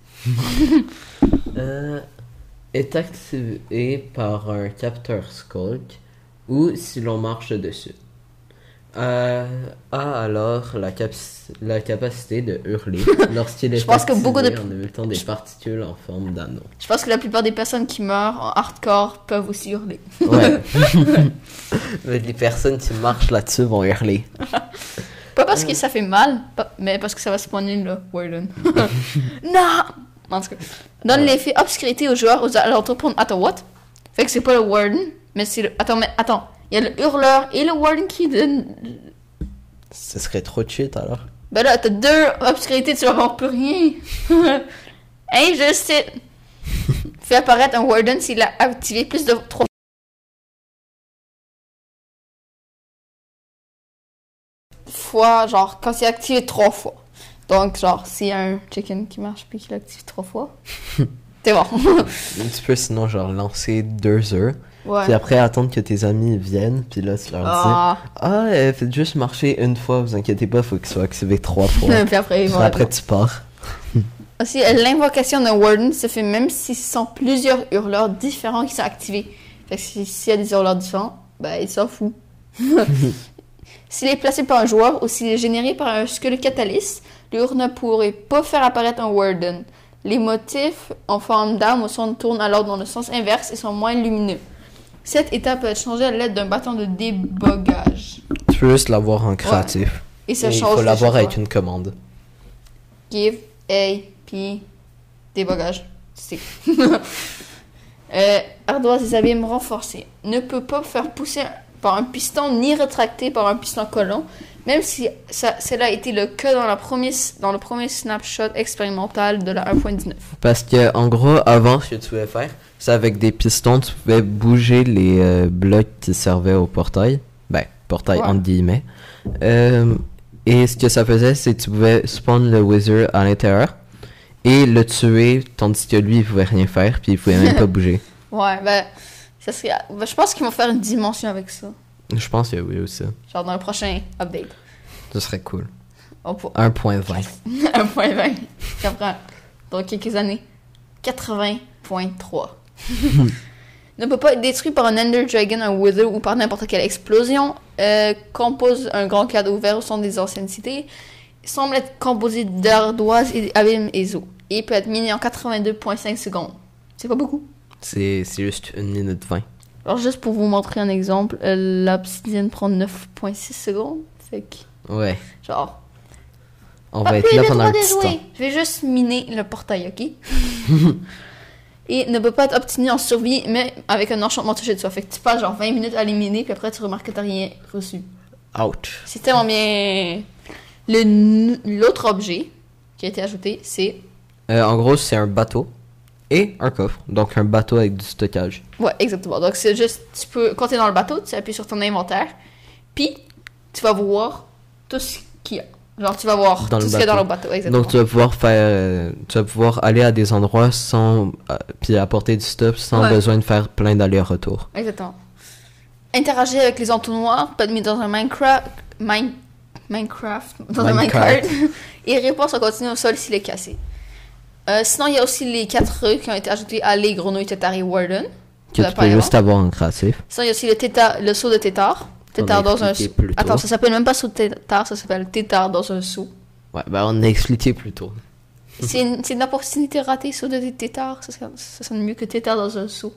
S2: Euh, est activé par un capteur Skulk ou si l'on marche dessus. Euh, a alors la, capaci- la capacité de hurler lorsqu'il est
S1: Je pense que beaucoup de-
S2: activé en émettant des particules en forme d'anneau.
S1: Je pense que la plupart des personnes qui meurent en hardcore peuvent aussi hurler.
S2: Ouais. Mais les personnes qui marchent là-dessus vont hurler.
S1: Pas parce que ça fait mal, pas- mais parce que ça va spawner le warden. Non! En tout cas, donne
S2: Ouais.
S1: l'effet obscurité aux joueurs aux alentours pour. Attends, what? Fait que c'est pas le warden, mais c'est le. Attends, mais attends. Il y a le hurleur et le warden qui donne.
S2: Ce serait trop cheat alors.
S1: Ben là, t'as deux obscurités, tu vas voir plus rien. Hey, je sais. Fait apparaître un warden s'il a activé plus de trois fois, genre quand c'est activé trois fois. Donc, genre, s'il y a un chicken qui marche puis qu'il l'active trois fois, c'est bon.
S2: Tu peux sinon, genre, lancer deux œufs.
S1: Ouais.
S2: Puis après, attendre que tes amis viennent. Puis là, tu leur dis
S1: Ah.
S2: Ah, euh, faites juste marcher une fois, vous inquiétez pas, faut qu'il soit activé trois fois.
S1: Puis après, ils
S2: Puis
S1: vont
S2: après,
S1: être-
S2: tu pars.
S1: Aussi, l'invocation d'un warden se fait même si ce sont plusieurs hurleurs différents qui sont activés. Fait que si- s'il y a des hurleurs différents, ben, il s'en fout. S'il est placé par un joueur ou s'il est généré par un Skull Catalyst, le hurle ne pourrait pas faire apparaître un warden. Les motifs en forme d'arme ou son tournent alors dans le sens inverse et sont moins lumineux. Cette étape peut être changée à l'aide d'un bâton de débogage.
S2: Tu peux juste l'avoir en créatif.
S1: Et ça
S2: Et il
S1: change
S2: faut
S1: de
S2: l'avoir
S1: chaque
S2: avec
S1: fois.
S2: une commande.
S1: Give, A, P, débogage. C'est. euh, ardoise des abîmes renforcées. Ne peut pas faire pousser par un piston ni rétracter par un piston collant, même si ça, cela a été le cas dans, la première, dans le premier snapshot expérimental de la un point dix-neuf.
S2: Parce que, en gros, avant, ce que tu pouvais faire, c'est avec des pistons, tu pouvais bouger les euh, blocs qui servaient au portail. Ben, portail
S1: Ouais.
S2: entre guillemets. Euh, et ce que ça faisait, c'est que tu pouvais spawn le wizard à l'intérieur et le tuer, tandis que lui, il pouvait rien faire, puis il pouvait même pas bouger.
S1: Ouais, ben, ça serait, ben, je pense qu'ils vont faire une dimension avec ça.
S2: Je pense que oui aussi.
S1: Genre dans le prochain update.
S2: Ce serait cool.
S1: On pour...
S2: un point vingt.
S1: un point vingt. Qui apprend dans quelques années. quatre-vingts point trois. Ne peut pas être détruit par un Ender Dragon, un Wither ou par n'importe quelle explosion. Euh, compose un grand cadeau ouvert au son des anciennes cités. Semble être composé d'ardoises et d'abîmes et eaux. Et peut être miné en quatre-vingt-deux point cinq secondes. C'est pas beaucoup.
S2: C'est c'est juste une minute vingt.
S1: Alors juste pour vous montrer un exemple, euh, l'obsidienne prend neuf point six secondes. Fait que,
S2: Ouais.
S1: genre...
S2: On
S1: Pas
S2: va être
S1: plus
S2: là
S1: de
S2: pendant
S1: droit
S2: un
S1: de
S2: petit
S1: jouer.
S2: temps.
S1: Je vais juste miner le portail, ok? Et ne peut pas être obtenu en survie, mais avec un enchantement touché de soi. Fait que tu passes genre vingt minutes à les miner, puis après tu remarques que t'as rien reçu.
S2: Ouch.
S1: C'est tellement bien. Le- L'autre objet qui a été ajouté, c'est.
S2: Euh, en gros, c'est un bateau et un coffre. Donc un bateau avec du stockage.
S1: Ouais, exactement. Donc c'est juste. Tu peux. Quand t'es dans le bateau, tu appuies sur ton inventaire, puis tu vas voir tout ce qu'il y a. Genre, tu vas voir
S2: Dans
S1: tout
S2: le
S1: ce qu'il y a dans
S2: bateau.
S1: le bateau, exactement.
S2: Donc tu vas pouvoir faire, euh, tu vas pouvoir aller à des endroits sans, euh, puis apporter du stuff sans
S1: Ouais.
S2: besoin de faire plein d'allers-retours.
S1: Exactement. Interagir avec les entonnoirs, peut être mis dans un Minecraft, Mine- Minecraft, dans un
S2: Minecart.
S1: minecart, et réponse en continu au sol s'il est cassé. Euh, sinon, il y a aussi les quatre œufs qui ont été ajoutés à les grenouilles, tétards et warden.
S2: Que
S1: Ça
S2: tu
S1: peut
S2: peux
S1: y
S2: juste avoir en créatif.
S1: Sinon, il y a aussi le, tétard, le seau de tétard. Tétard
S2: On a
S1: dans un
S2: expliqué
S1: seau.
S2: plus tôt.
S1: Attends, ça s'appelle même pas seau de tétard, ça s'appelle tétard dans un seau.
S2: Ouais, ben on a expliqué plus tôt.
S1: C'est une, c'est une opportunité ratée, seau de tétard. Ça, ça, ça sonne mieux que tétard dans un seau.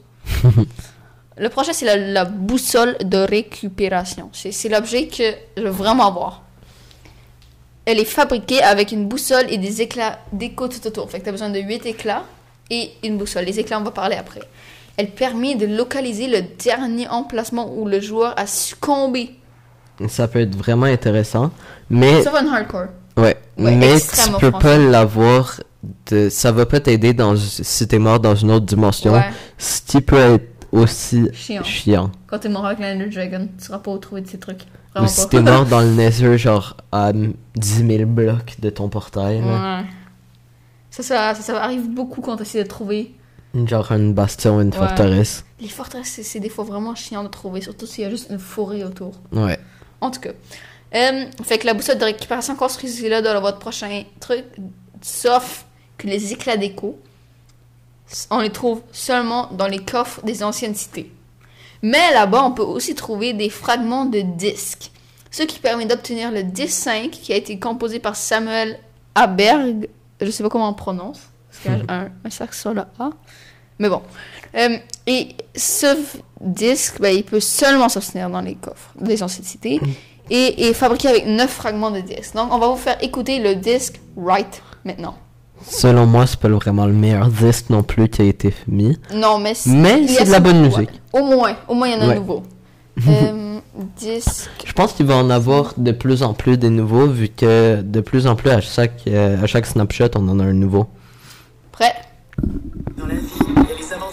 S1: Le prochain, c'est la, la boussole de récupération. C'est c'est l'objet que je veux vraiment avoir. Elle est fabriquée avec une boussole et des éclats d'écho tout autour. Fait que tu as besoin de huit éclats et une boussole. Les éclats, on va parler après. Elle permet de localiser le dernier emplacement où le joueur a succombé.
S2: Ça peut être vraiment intéressant, mais
S1: Sauf un hardcore.
S2: ouais,
S1: Ouais,
S2: mais tu
S1: extrêmement
S2: peux
S1: franchement.
S2: pas l'avoir. De... Ça va pas t'aider dans si t'es mort dans une autre dimension.
S1: Ouais.
S2: Ce qui peut être aussi
S1: Chiant.
S2: chiant.
S1: Quand t'es mort avec l'Ender Dragon, tu seras pas retrouver de ces trucs.
S2: Ou
S1: Vraiment
S2: si
S1: pas.
S2: t'es mort dans le Nether, genre à dix mille blocs de ton portail. là.
S1: Ouais. Ça, ça, ça, ça arrive beaucoup quand tu essaies de trouver.
S2: Genre une bastion, une
S1: Ouais.
S2: forteresse.
S1: Les forteresses, c'est- c'est des fois vraiment chiant de trouver, surtout s'il y a juste une forêt autour.
S2: Ouais.
S1: En tout cas. Euh, fait que la boussole de récupération, construisez-la dans votre prochain truc. Sauf que les éclats d'écho, on les trouve seulement dans les coffres des anciennes cités. Mais là-bas, on peut aussi trouver des fragments de disques. Ce qui permet d'obtenir le disque cinq qui a été composé par Samuel Aberg. Je sais pas comment on prononce. Parce qu'il y a un, un cercle sur le A. Mais bon. Euh, et ce disque, ben, il peut seulement s'obtenir dans les coffres des anciennes cités. Et est fabriqué avec neuf fragments de disque. Donc, on va vous faire écouter le disque Right maintenant.
S2: Selon moi, c'est pas vraiment le meilleur disque non plus qui a été mis.
S1: Non, mais c'est,
S2: Mais
S1: il y a
S2: c'est de la
S1: ce-
S2: bonne
S1: ouais.
S2: musique.
S1: Au moins, au moins, il y en a
S2: Ouais.
S1: un nouveau. euh, disque.
S2: Je pense qu'il va en avoir de plus en plus des nouveaux, vu que de plus en plus à chaque, euh, à chaque snapshot, on en a un nouveau.
S1: Prêt?
S3: Dans la vie, il y a les avantages.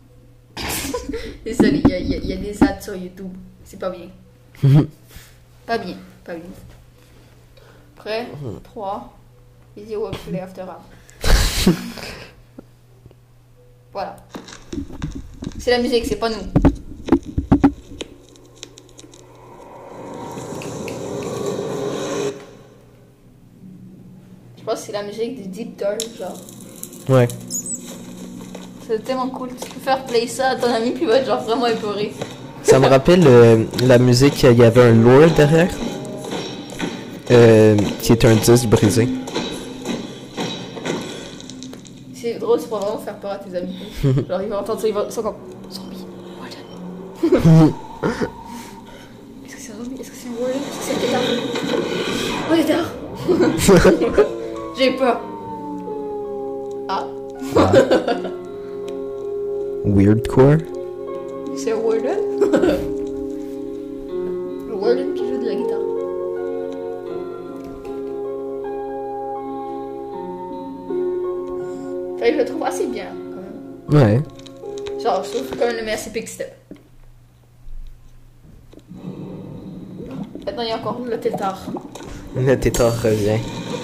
S1: Désolé, il y, a- il y a- il y a des ads sur YouTube. C'est pas bien. Pas bien, pas bien. Prêt? trois, Il dit ouais, play after hours. Voilà. C'est la musique, c'est pas nous. Je pense que c'est la musique du Deep Dark, genre.
S2: Ouais.
S1: C'est tellement cool. Tu peux faire play ça à ton ami, puis il va être genre vraiment épeuré.
S2: Ça me rappelle euh, la musique, il y avait un lore derrière. Euh, qui est un disque brisé.
S1: C'est drôle, c'est pour vraiment faire peur à tes amis. Genre, ils vont entendre ça, ils vont. Ils sont comme. Zombie, Warden. Est-ce que c'est un zombie? Est-ce que c'est un Warden? Est-ce que c'est un tétard? Oh, tétard! J'ai peur. Ah.
S2: Weirdcore.
S1: C'est un Warden? Le Warden qui joue de la guitare. Fait que je le trouve assez bien, quand même.
S2: Ouais.
S1: Genre, je trouve quand même le meilleur c'est Big Step. Maintenant, il y a encore le tétard.
S2: Le tétard revient.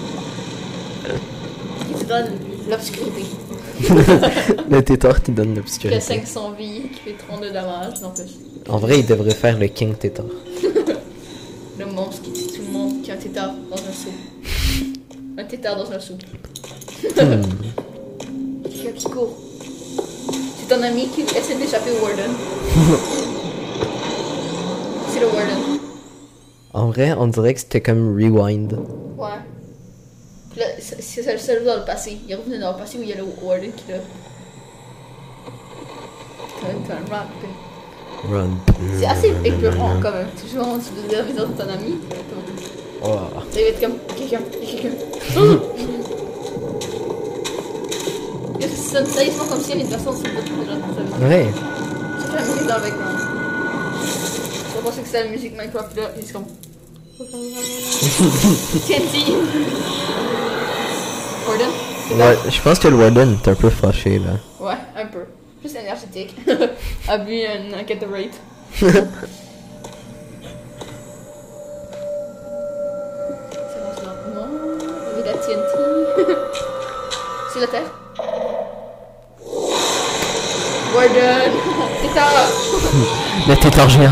S1: Qui te donne l'obscurité.
S2: Le tétard qui donne
S1: Qui a
S2: l'obscurité.
S1: cinq cents vies, qui fait trente-deux dommages, non plus.
S2: En vrai, il devrait faire le King Tétard.
S1: Le monstre qui tue tout le monde, qui a un tétard dans un seau. Un tétard dans un seau.
S2: Hmm.
S1: Quelqu'un qui court. C'est ton ami qui essaie d'échapper au Warden. C'est le Warden.
S2: En vrai, on dirait que c'était comme Rewind.
S1: Ouais. Puis là, c'est c'est le seul dans le passé. Il est revenu dans le passé où il y a le Warden qui l'a. Quand même, quand même rappé.
S2: Run.
S1: C'est assez épeurant quand même. Toujours, tu veux dire la maison de ton ami.
S2: Oh.
S1: Ça va être comme quelqu'un, il y a quelqu'un. Ça sonne sérieusement comme s'il y avait une personne sur le bout de la
S2: Ouais.
S1: Ça fait la musique dans le background. Je pensais que c'était la musique Minecraft là, et c'est comme. T N T. Warden? C'est
S2: Ouais, je pense que le Warden est un peu fâché là.
S1: ça? Ouais, un peu. Plus énergétique. A bu un, un Gatorade. Ça avance lentement. Il y a de la T N T. C'est la terre? Warden! C'est ça!
S2: Le tétard géant.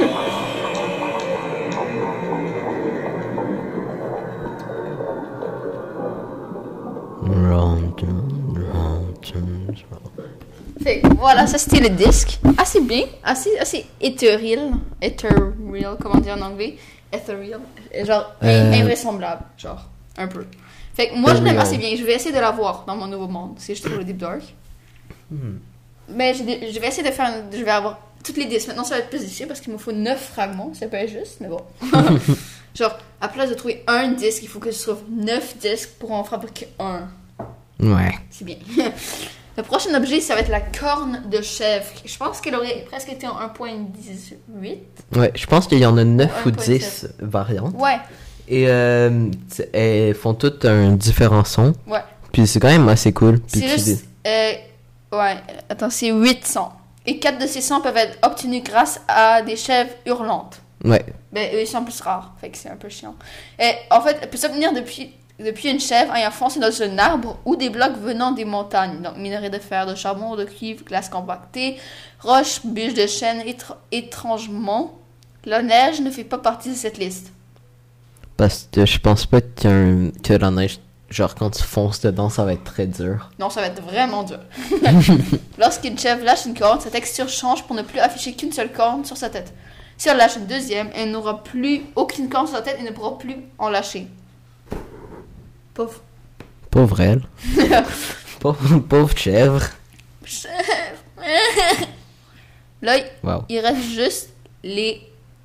S1: Fait que voilà, ça c'était le disque. Assez bien, assez, assez ethereal. Ethereal, comment dire en anglais? Ethereal. Genre,
S2: Euh.
S1: invraisemblable, genre, un peu. Fait que moi je l'aime
S2: Ethereal.
S1: assez bien. Je vais essayer de l'avoir dans mon nouveau monde, si je trouve le Deep Dark.
S2: Hmm.
S1: Mais j'ai des- je vais essayer de faire. un- Je vais avoir toutes les disques. Maintenant ça va être plus difficile parce qu'il me faut neuf fragments. C'est pas juste, mais bon. Genre, à place de trouver un disque, il faut que je trouve neuf disques pour en fabriquer un.
S2: Ouais.
S1: C'est bien. Le prochain objet, ça va être la corne de chèvre. Je pense qu'elle aurait presque été en un virgule dix-huit.
S2: Ouais, je pense qu'il y en a neuf
S1: un
S2: ou
S1: point
S2: dix variantes.
S1: Ouais,
S2: Et euh, t- elles font toutes un différent son.
S1: ouais.
S2: Puis c'est quand même assez cool. Puis
S1: C'est
S2: tu
S1: juste. Euh, ouais, attends, c'est huit sons. Et quatre de ces sons peuvent être obtenus grâce à des chèvres hurlantes.
S2: dis- Ouais.
S1: Ben, eux, ils sont plus rares. Fait que c'est un peu chiant. Et en fait, elle peut s'obtenir depuis, depuis une chèvre ayant foncé dans un arbre ou des blocs venant des montagnes. Donc, minerais de fer, de charbon, de cuivre, glace compactée, roches, bûches de chêne. Étr- étrangement, la neige ne fait pas partie de cette liste.
S2: Parce que je pense pas qu'il y a un- que la neige, genre quand tu fonces dedans, ça va être très dur.
S1: Non, ça va être vraiment dur. Lorsqu'une chèvre lâche une corne, sa texture change pour ne plus afficher qu'une seule corne sur sa tête. Si elle lâche une deuxième, elle n'aura plus aucune corne sur sa tête et ne pourra plus en lâcher. Pauvre.
S2: Pauvre elle. pauvre, pauvre chèvre.
S1: Chèvre. Là, il-
S2: Wow.
S1: il reste juste les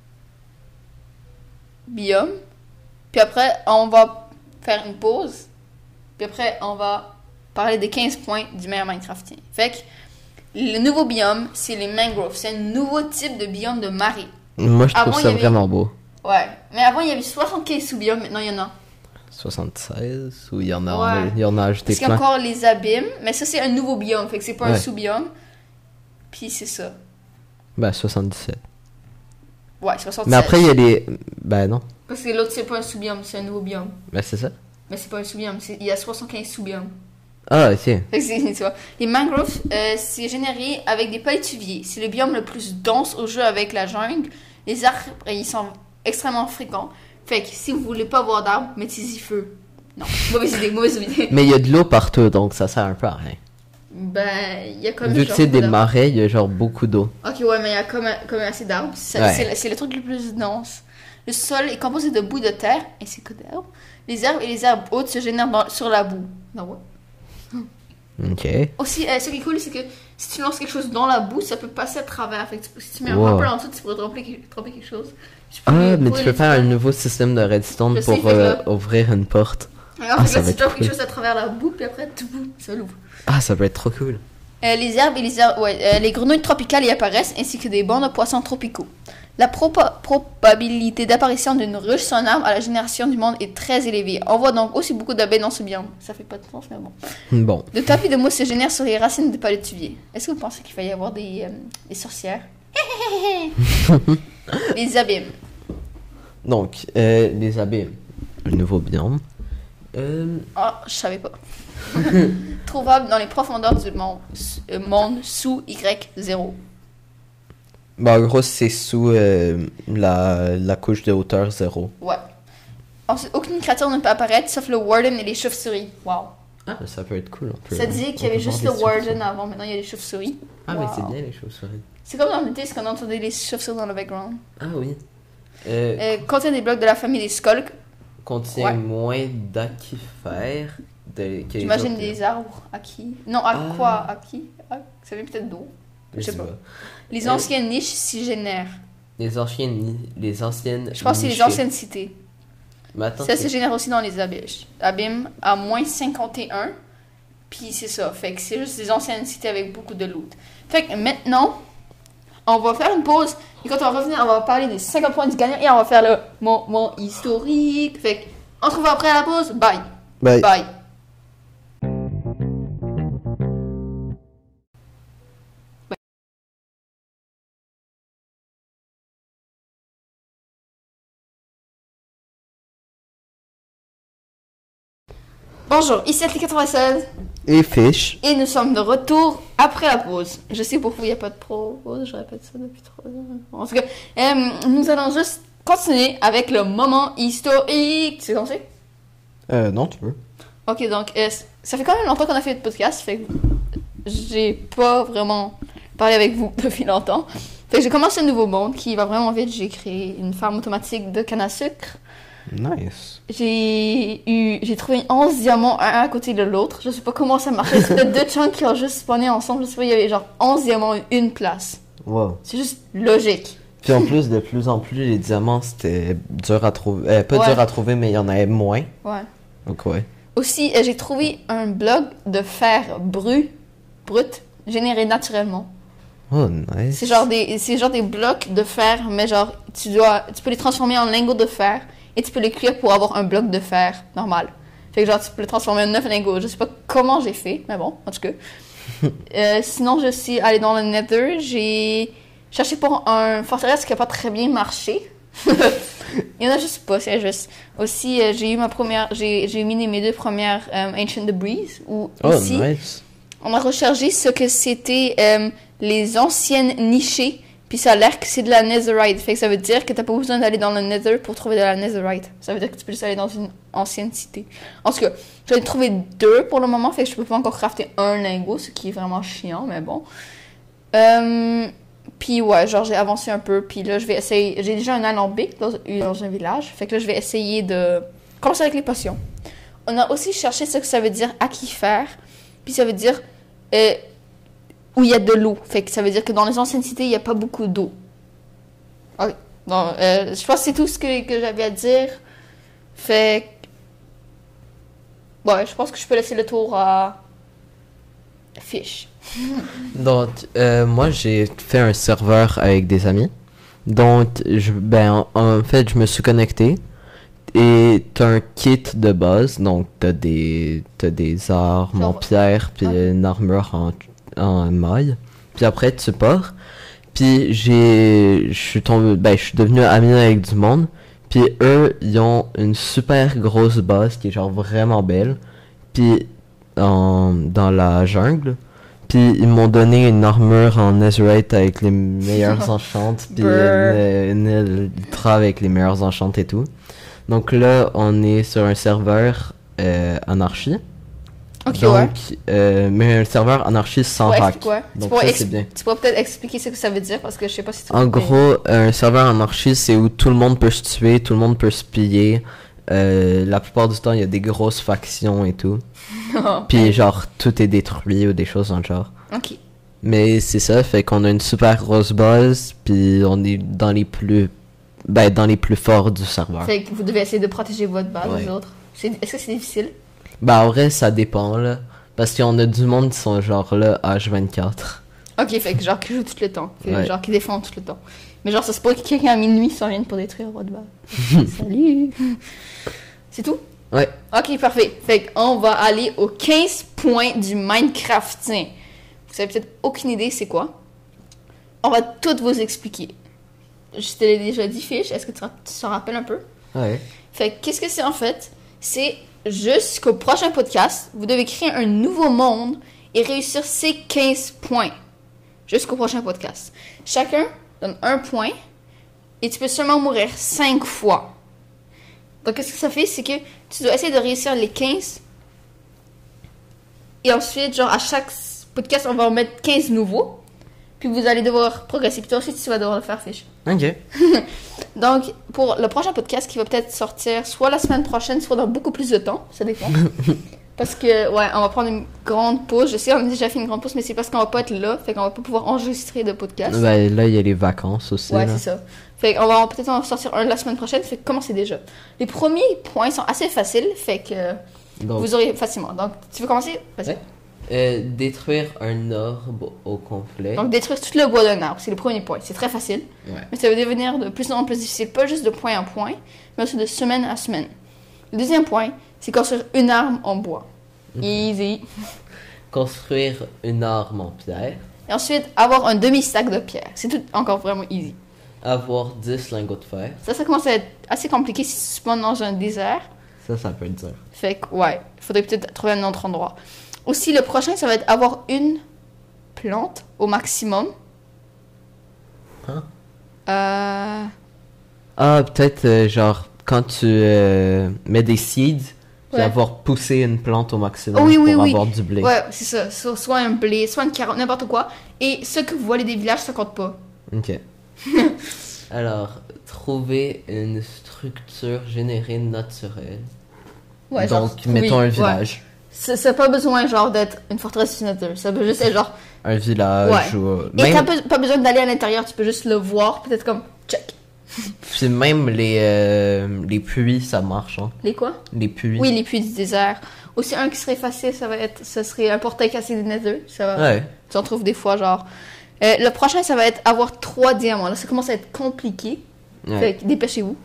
S1: biomes. Puis après, on va faire une pause. Puis après, on va parler des quinze points du meilleur Minecraftien. Fait que le nouveau biome, c'est les mangroves. C'est un nouveau type de biome de marée.
S2: Moi, je trouve
S1: Avant,
S2: ça
S1: il y avait-
S2: vraiment beau.
S1: Ouais. Mais avant, il y avait soixante-quinze sous-biomes. Maintenant, il y en a.
S2: soixante-seize, ou il y en a,
S1: Ouais.
S2: il y en a ajouté
S1: Parce qu'il y a
S2: plein.
S1: encore les abîmes. Mais ça, c'est un nouveau biome. Fait que c'est pas un
S2: Ouais.
S1: sous-biome. Puis c'est ça.
S2: Ben, soixante-dix-sept.
S1: Ouais, soixante-seize.
S2: Mais après, il y a les... Ben non.
S1: Parce que l'autre, c'est pas un sous-biome, c'est un nouveau biome.
S2: Ben c'est ça.
S1: Mais c'est pas un sous-biome, c'est- il y a soixante-quinze sous-biomes.
S2: Ah, ok.
S1: Fait que c'est- tu vois. Les mangroves, euh, c'est généré avec des palétuviers. C'est le biome le plus dense au jeu avec la jungle. Les arbres, ils sont extrêmement fréquents. Fait que si vous voulez pas avoir d'arbres, mettez-y feu. Non, mauvaise idée, mauvaise idée.
S2: Mais il y a de l'eau partout, donc ça sert un peu à rien.
S1: Ben, il y a comme
S2: Vu que
S1: genre
S2: c'est
S1: beaucoup
S2: des
S1: d'arbres.
S2: marais, il y a genre beaucoup d'eau.
S1: Ok, ouais, mais il y a comme, comme assez d'arbres. C'est
S2: Ouais.
S1: c'est le- c'est le truc le plus dense. Le sol est composé de boue de terre ainsi que d'herbes. Les herbes et les herbes hautes se génèrent dans- sur la boue. Non, ouais.
S2: Ok.
S1: Aussi, euh, ce qui est cool, c'est que si tu lances quelque chose dans la boue, ça peut passer à travers. Fait que tu- si tu mets un
S2: Wow.
S1: hopper en dessous, tu pourrais tromper, tromper quelque chose. Tu peux
S2: Ah,
S1: les-
S2: mais
S1: pour
S2: tu
S1: les
S2: peux faire un
S1: différents-
S2: nouveau système de redstone
S1: Je sais,
S2: pour
S1: fait que
S2: euh,
S1: là-
S2: ouvrir une porte.
S1: Alors,
S2: Ah,
S1: fait que
S2: ça
S1: là,
S2: va
S1: tu
S2: être
S1: lances quelque
S2: cool.
S1: chose à travers la boue, puis après, tout bout, ça l'ouvre.
S2: Ah, ça peut être trop cool.
S1: Euh, les herbes et les herbes, ouais, euh, les grenouilles tropicales y apparaissent, ainsi que des bancs de poissons tropicaux. La propa- probabilité d'apparition d'une ruche sur un arbre à la génération du monde est très élevée. On voit donc aussi beaucoup d'abeilles dans ce biome. Ça fait pas de sens, mais bon.
S2: Bon.
S1: De tapis de mousse se génèrent sur les racines des palétuviers. Est-ce que vous pensez qu'il va y avoir des, euh, des sorcières? Les abîmes.
S2: Donc, euh, les abîmes. Un nouveau biome. Euh,
S1: Ah, je savais pas. Trouvable dans les profondeurs du monde, euh, monde sous Y zéro.
S2: bah, en gros, c'est sous euh, la, la couche de hauteur zéro.
S1: Ouais. Ensuite, aucune créature ne peut apparaître sauf le Warden et les chauves-souris. Wow.
S2: Ah, ça peut être cool. On peut,
S1: Ça disait qu'il y
S2: on
S1: avait
S2: peut
S1: juste
S2: voir
S1: le
S2: des
S1: Warden
S2: chauves-souris.
S1: avant, maintenant il y a les chauves-souris.
S2: Ah, mais
S1: Wow.
S2: c'est bien les chauves-souris.
S1: C'est comme dans le disque, on entendait les chauves-souris dans le background.
S2: Ah oui. Euh,
S1: Euh, contient des blocs de la famille des skulks.
S2: contient
S1: ouais.
S2: moins d'aquifères de, que les
S1: J'imagine
S2: autres.
S1: des arbres acquis. Non, à
S2: Ah.
S1: quoi acquis ah, Ça vient peut-être d'eau.
S2: Je sais pas.
S1: Les
S2: Euh,
S1: anciennes niches s'y génèrent.
S2: Les anciennes, ni- les anciennes.
S1: Je pense que c'est les
S2: nichées.
S1: anciennes cités.
S2: Mais attends,
S1: Ça se
S2: c'est-
S1: génère aussi dans les abîmes. Abîmes à moins cinquante et un. Puis c'est ça. Fait que c'est juste des anciennes cités avec beaucoup de loot. Fait que maintenant, on va faire une pause. Et quand on va revenir, on va parler des cinquante points du gagnant. Et on va faire le moment historique. Fait que on se retrouve après la pause. Bye.
S2: Bye.
S1: Bye. Bonjour, ici Atli quatre-vingt-seize
S2: Et fish.
S1: et nous sommes de retour après la pause. Je sais pourquoi il n'y a pas de pause, je répète ça depuis trois ans. En tout cas, euh, nous allons juste continuer avec le moment historique. Tu sais comment c'est?
S2: Euh, non, tu peux.
S1: Ok, donc euh, ça fait quand même longtemps qu'on a fait de podcast, fait que j'ai pas vraiment parlé avec vous depuis longtemps. Fait que j'ai commencé un nouveau monde qui va vraiment vite. J'ai créé une ferme automatique de canne à sucre.
S2: Nice.
S1: J'ai eu, j'ai trouvé onze diamants un à côté de l'autre. Je sais pas comment ça marchait. C'était deux chunks qui ont juste spawné ensemble. Je sais pas, il y avait genre onze diamants en une place.
S2: Wow.
S1: C'est juste logique.
S2: Puis en plus, de plus en plus, les diamants, c'était dur à trouver. Euh, pas
S1: Ouais.
S2: dur à trouver, mais il y en avait moins.
S1: Ouais.
S2: Donc, ouais.
S1: Aussi, euh, j'ai trouvé un bloc de fer brut, brut, généré naturellement.
S2: Oh, nice.
S1: C'est genre des, c'est genre des blocs de fer, mais genre tu dois, tu peux les transformer en lingots de fer et tu peux les cuire pour avoir un bloc de fer normal. Fait que genre tu peux les transformer en neuf lingots. Je sais pas comment j'ai fait, mais bon, en tout cas. Euh, sinon, je suis allée dans le Nether. J'ai cherché pour un forteresse qui a pas très bien marché. Il y en a juste pas, c'est juste. Aussi, euh, j'ai eu ma première, j'ai, j'ai miné mes deux premières euh, Ancient Debris. Ou
S2: Oh,
S1: ici,
S2: nice.
S1: on a recherché ce que c'était euh, les anciennes nichées, puis ça a l'air que c'est de la netherite. Fait que ça veut dire que t'as pas besoin d'aller dans le nether pour trouver de la netherite. Ça veut dire que tu peux juste aller dans une ancienne cité. En tout cas, j'en ai trouvé deux pour le moment, fait que je peux pas encore crafter un lingot, ce qui est vraiment chiant, mais bon. Euh, puis ouais, genre j'ai avancé un peu, puis là je vais essayer. J'ai déjà un alambic dans, dans un village, fait que là je vais essayer de commencer avec les potions. On a aussi cherché ce que ça veut dire aquifère. Puis ça veut dire euh, où il y a de l'eau. Fait que ça veut dire que dans les anciennes cités, il n'y a pas beaucoup d'eau. Ok. Bon, euh, je pense que c'est tout ce que, que j'avais à dire. Fait que... Ouais, je pense que je peux laisser le tour à... Fish.
S2: Donc, euh, moi, j'ai fait un serveur avec des amis. Donc, je, ben, en, en fait, je me suis connecté. Et t'as un kit de base. Donc, t'as des, t'as des armes en
S1: Genre-
S2: pierre, puis
S1: Ouais.
S2: une armure en, en maille. Puis après, tu pars. Puis j'ai, je suis tombé, ben, je suis devenu ami avec du monde. Puis Puis eux, ils ont une super grosse base qui est genre vraiment belle. Puis en, dans la jungle. Puis ils m'ont donné une armure en netherite avec les meilleures enchantes. Puis une, une, une ultra avec les meilleures enchantes et tout. Donc là, on est sur un serveur euh, anarchie.
S1: Ok,
S2: Donc,
S1: ouais.
S2: euh, mais un serveur anarchie sans
S1: Ouais,
S2: hack.
S1: explique, ouais. Tu
S2: Donc
S1: pourrais
S2: ça,
S1: ex-
S2: c'est bien.
S1: Tu pourrais peut-être expliquer ce que ça veut dire parce que je sais pas si tu
S2: En gros, un serveur anarchie, c'est où tout le monde peut se tuer, tout le monde peut se piller. Euh, la plupart du temps, il y a des grosses factions et tout. Puis genre, tout est détruit ou des choses dans le genre.
S1: Ok.
S2: Mais c'est ça, fait qu'on a une super grosse base, puis on est dans les plus... Ben, dans les plus forts du serveur.
S1: Fait que vous devez essayer de protéger votre base
S2: Ouais.
S1: des autres. C'est- Est-ce que c'est difficile?
S2: Ben, en vrai, ça dépend, là. Parce qu'on a du monde qui sont genre là, H vingt-quatre.
S1: Ok, fait que genre qui joue tout le temps. Fait que
S2: Ouais.
S1: genre qui défend tout le temps. Mais genre, ça se pourrait que quelqu'un à minuit s'en vienne pour détruire votre base. Salut! C'est tout?
S2: Ouais.
S1: Ok, parfait. Fait qu'on va aller aux quinze points du Minecrafting. Vous avez peut-être aucune idée c'est quoi. On va tout vous expliquer. Je te l'ai déjà dit, Fish. Est-ce que tu tu t'en rappelles un peu?
S2: Ouais.
S1: Fait que qu'est-ce que c'est en fait? C'est jusqu'au prochain podcast, vous devez créer un nouveau monde et réussir ces quinze points. Jusqu'au prochain podcast. Chacun donne un point et tu peux seulement mourir cinq fois. Donc qu'est-ce que ça fait? C'est que tu dois essayer de réussir les quinze et ensuite, genre à chaque podcast, on va en mettre quinze nouveaux. Puis vous allez devoir progresser. Puis toi aussi, tu vas devoir le faire, Fish.
S2: Ok.
S1: Donc, pour le prochain podcast qui va peut-être sortir soit la semaine prochaine, soit dans beaucoup plus de temps, ça dépend. Parce que, ouais, on va prendre une grande pause. Je sais, on a déjà fait une grande pause, mais c'est parce qu'on va pas être là, fait qu'on va pas pouvoir enregistrer de podcast.
S2: Ben, là, il y a les vacances aussi.
S1: Ouais,
S2: là.
S1: c'est ça. Fait qu'on va peut-être en sortir un la semaine prochaine, fait que commencez déjà. Les premiers points sont assez faciles, fait que
S2: Donc,
S1: vous aurez facilement. Donc, tu veux commencer? Vas-y.
S2: Ouais. euh, détruire un arbre au complet.
S1: Donc, détruire tout le bois d'un arbre, c'est le premier point. C'est très facile.
S2: Ouais.
S1: Mais ça va devenir de plus en plus difficile, pas juste de point en point, mais aussi de semaine à semaine. Le deuxième point, c'est construire une arme en bois. Easy.
S2: Construire une arme en pierre.
S1: Et ensuite, avoir un demi-stack de pierre. C'est tout encore vraiment easy.
S2: Avoir dix lingots de fer.
S1: Ça, ça commence à être assez compliqué si tu spawns dans un désert.
S2: Ça, ça peut être dur.
S1: Fait que, ouais, il faudrait peut-être trouver un autre endroit. Aussi, le prochain, ça va être avoir une plante au maximum.
S2: Hein?
S1: Euh...
S2: Ah, peut-être, euh, genre, quand tu euh, mets des seeds, puis
S1: Ouais.
S2: avoir poussé une plante au maximum
S1: Oh oui, oui,
S2: pour
S1: oui.
S2: avoir du blé.
S1: Ouais, c'est ça. So- soit un blé, soit une carotte, n'importe quoi. Et ce que vous voyez des villages, ça compte pas.
S2: Ok. Alors, trouver une structure générée naturelle.
S1: Ouais, genre,
S2: Donc, mettons
S1: oui,
S2: un
S1: ouais.
S2: village.
S1: Ça ça n'a pas besoin, genre, d'être une forteresse nature. Ça peut juste être, genre...
S2: Un village
S1: Ouais.
S2: ou...
S1: Et t'as
S2: Même,
S1: pas, pas besoin d'aller à l'intérieur, tu peux juste le voir, peut-être comme... Check.
S2: puis même les, euh, les puits, ça marche, hein.
S1: Les quoi?
S2: Les puits.
S1: Oui, les puits du désert. Aussi, un qui serait facile, ça va être... Ça serait un portail cassé des nether. Ça va...
S2: Ouais.
S1: Tu en trouves des fois, genre... Euh, le prochain, ça va être avoir trois diamants. Là, ça commence à être compliqué.
S2: Ouais.
S1: Fait que dépêchez-vous.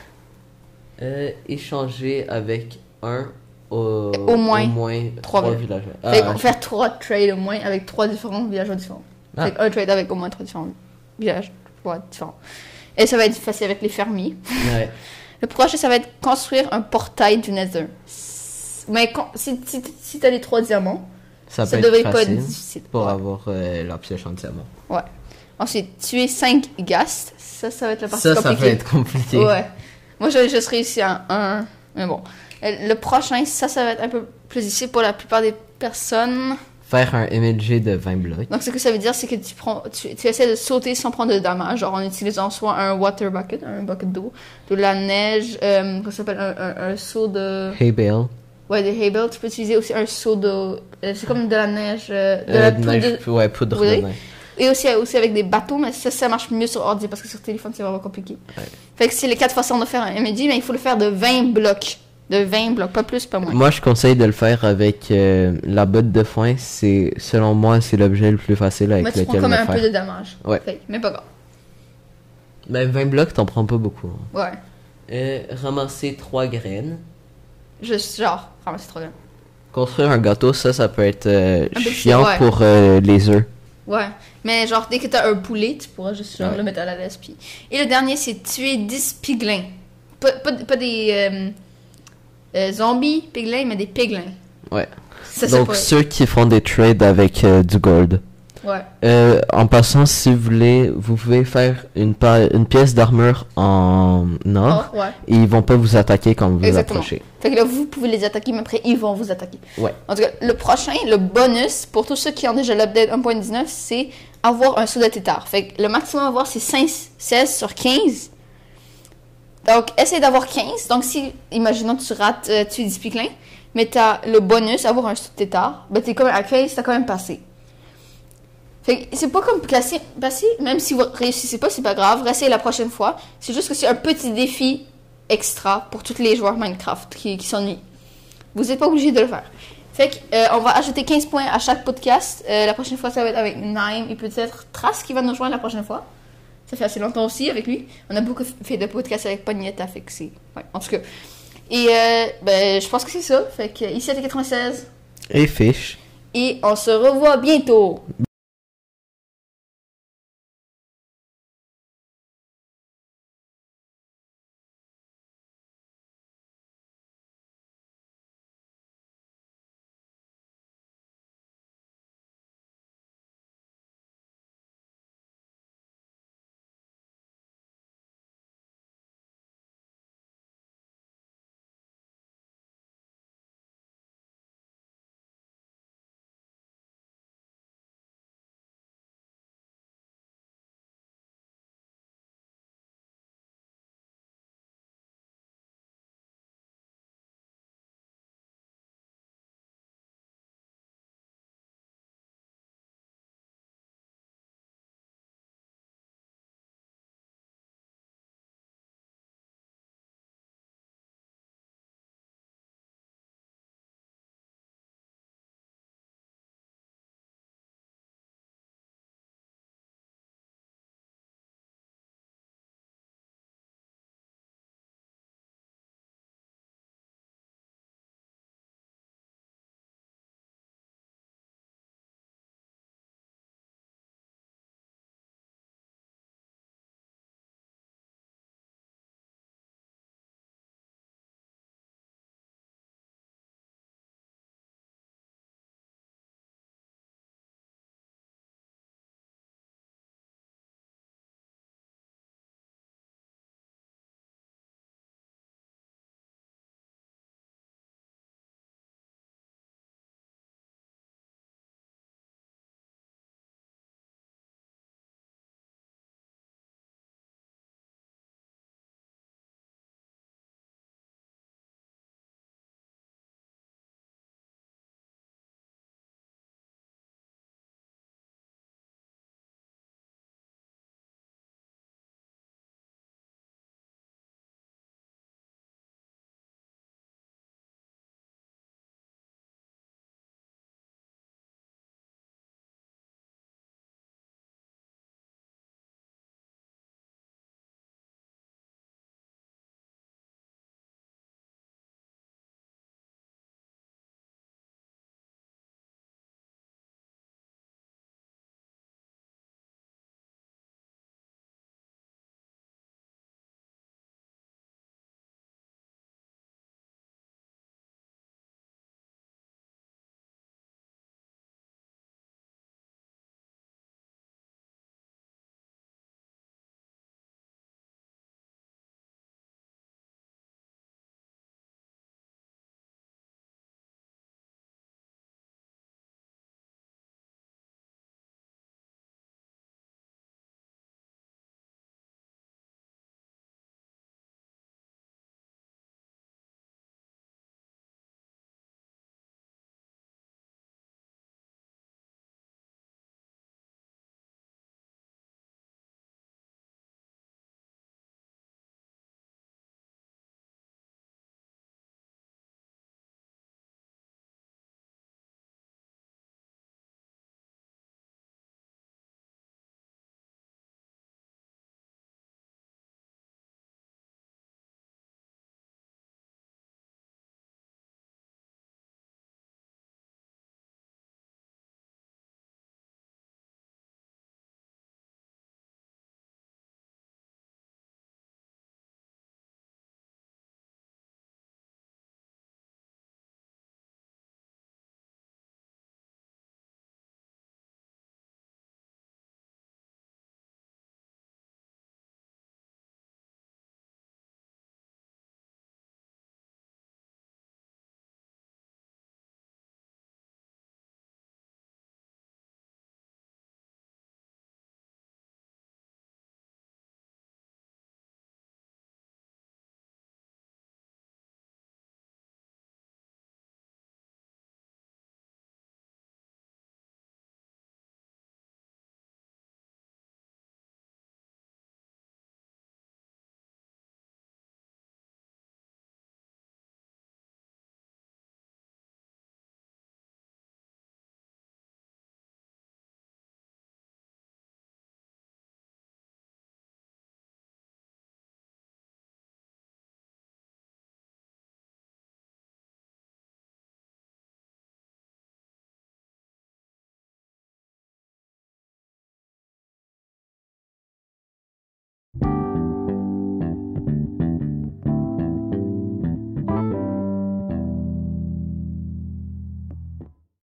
S2: Euh, échanger avec un... Au,
S1: Au moins
S2: trois,
S1: trois
S2: villageois.
S1: Fait
S2: Ah,
S1: qu'on fait trois trades au moins avec trois différents villageois différents.
S2: Ah.
S1: Fait qu'un trade avec au moins trois différents villageois différents. Et ça va être facile avec les fermiers.
S2: ouais.
S1: Le prochain, ça va être construire un portail du Nether. Mais quand- si, si, si t'as les trois diamants,
S2: Ça,
S1: ça
S2: peut
S1: devrait
S2: être
S1: pas être
S2: facile
S1: difficile.
S2: pour
S1: Ouais.
S2: avoir euh, la pièce en diamant.
S1: Ouais. Ensuite, tuer cinq ghasts. Ça, ça va être la partie
S2: Ça, ça
S1: compliquée.
S2: peut être compliqué.
S1: Ouais. Moi, j'avais juste réussi à un. Mais bon. Euh, Le prochain, ça, ça va être un peu plus difficile pour la plupart des personnes.
S2: Faire un M L G de vingt blocs.
S1: Donc, ce que ça veut dire, c'est que tu prends, tu, tu essaies de sauter sans prendre de damage, genre en utilisant soit un water bucket, un bucket d'eau, de la neige, euh, comment ça s'appelle, un, un, un seau de,
S2: Hay bale.
S1: ouais, de hay bale. Tu peux utiliser aussi un seau de, euh, c'est comme de la neige, euh, de
S2: Euh,
S1: la
S2: de
S1: poudre
S2: neige,
S1: de-
S2: ouais, poudre
S1: Oui.
S2: de neige.
S1: et aussi, aussi avec des bateaux, mais ça, ça marche mieux sur ordi parce que sur téléphone, c'est vraiment compliqué.
S2: Ouais.
S1: Fait que c'est les quatre façons de faire un M L G, mais il faut le faire de vingt blocs. De vingt blocs, pas plus, pas moins.
S2: Moi, je conseille de le faire avec euh, la botte de foin. C'est, selon moi, c'est l'objet le plus facile avec
S1: Mais tu prends
S2: lequel
S1: comme
S2: le
S1: un
S2: faire.
S1: peu de damage.
S2: Ouais.
S1: Fait que, mais pas grave.
S2: Ben, vingt blocs, t'en prends pas beaucoup. hein.
S1: Ouais.
S2: Euh, ramasser trois graines.
S1: Juste, genre, ramasser trop bien.
S2: Construire un gâteau, ça, ça peut être euh,
S1: Un peu
S2: chiant
S1: ouais.
S2: pour euh, les œufs.
S1: Ouais, mais genre dès que t'as un poulet, tu pourras juste genre,
S2: Ouais.
S1: le mettre à la laisse. Puis... Et le dernier, c'est tuer dix piglins. Pas, pas, pas des euh, euh, zombies piglins, mais des piglins.
S2: Ouais.
S1: Ça, ça
S2: Donc,
S1: pourrait-
S2: ceux qui font des trades avec euh, du gold.
S1: Ouais.
S2: Euh, en passant, si vous voulez, vous pouvez faire une, pa- une pièce d'armure en or.
S1: Oh, ouais.
S2: Et ils vont pas vous attaquer quand vous
S1: Exactement.
S2: approchez.
S1: Fait que là, vous pouvez les attaquer, mais après, ils vont vous attaquer.
S2: Ouais.
S1: En tout cas, le prochain, le bonus, pour tous ceux qui ont déjà l'update un point dix-neuf, c'est avoir un saut de tétard. Fait que le maximum à avoir, c'est cinq, seize sur quinze. Donc, essaye d'avoir quinze. Donc, si, imaginons que tu rates, euh, tu es dix piquelins, mais tu as le bonus, avoir un saut de tétard, ben, tu es quand même à quinze, tu as quand même passé. Fait que c'est pas comme classer, passer, même si vous réussissez pas, c'est pas grave, restez la prochaine fois. C'est juste que c'est un petit défi extra pour tous les joueurs Minecraft qui, qui s'ennuient. Vous n'êtes pas obligé de le faire. Fait que, euh, on va ajouter quinze points à chaque podcast. Euh, la prochaine fois, ça va être avec Naim et peut-être Trace qui va nous rejoindre la prochaine fois. Ça fait assez longtemps aussi avec lui. On a beaucoup fait de podcasts avec Pognetta, fait que c'est... Ouais, en tout cas. Et euh, ben, je pense que c'est ça. Fait que ici, c'était quatre-vingt-seize.
S2: Et fiche.
S1: Et on se revoit bientôt.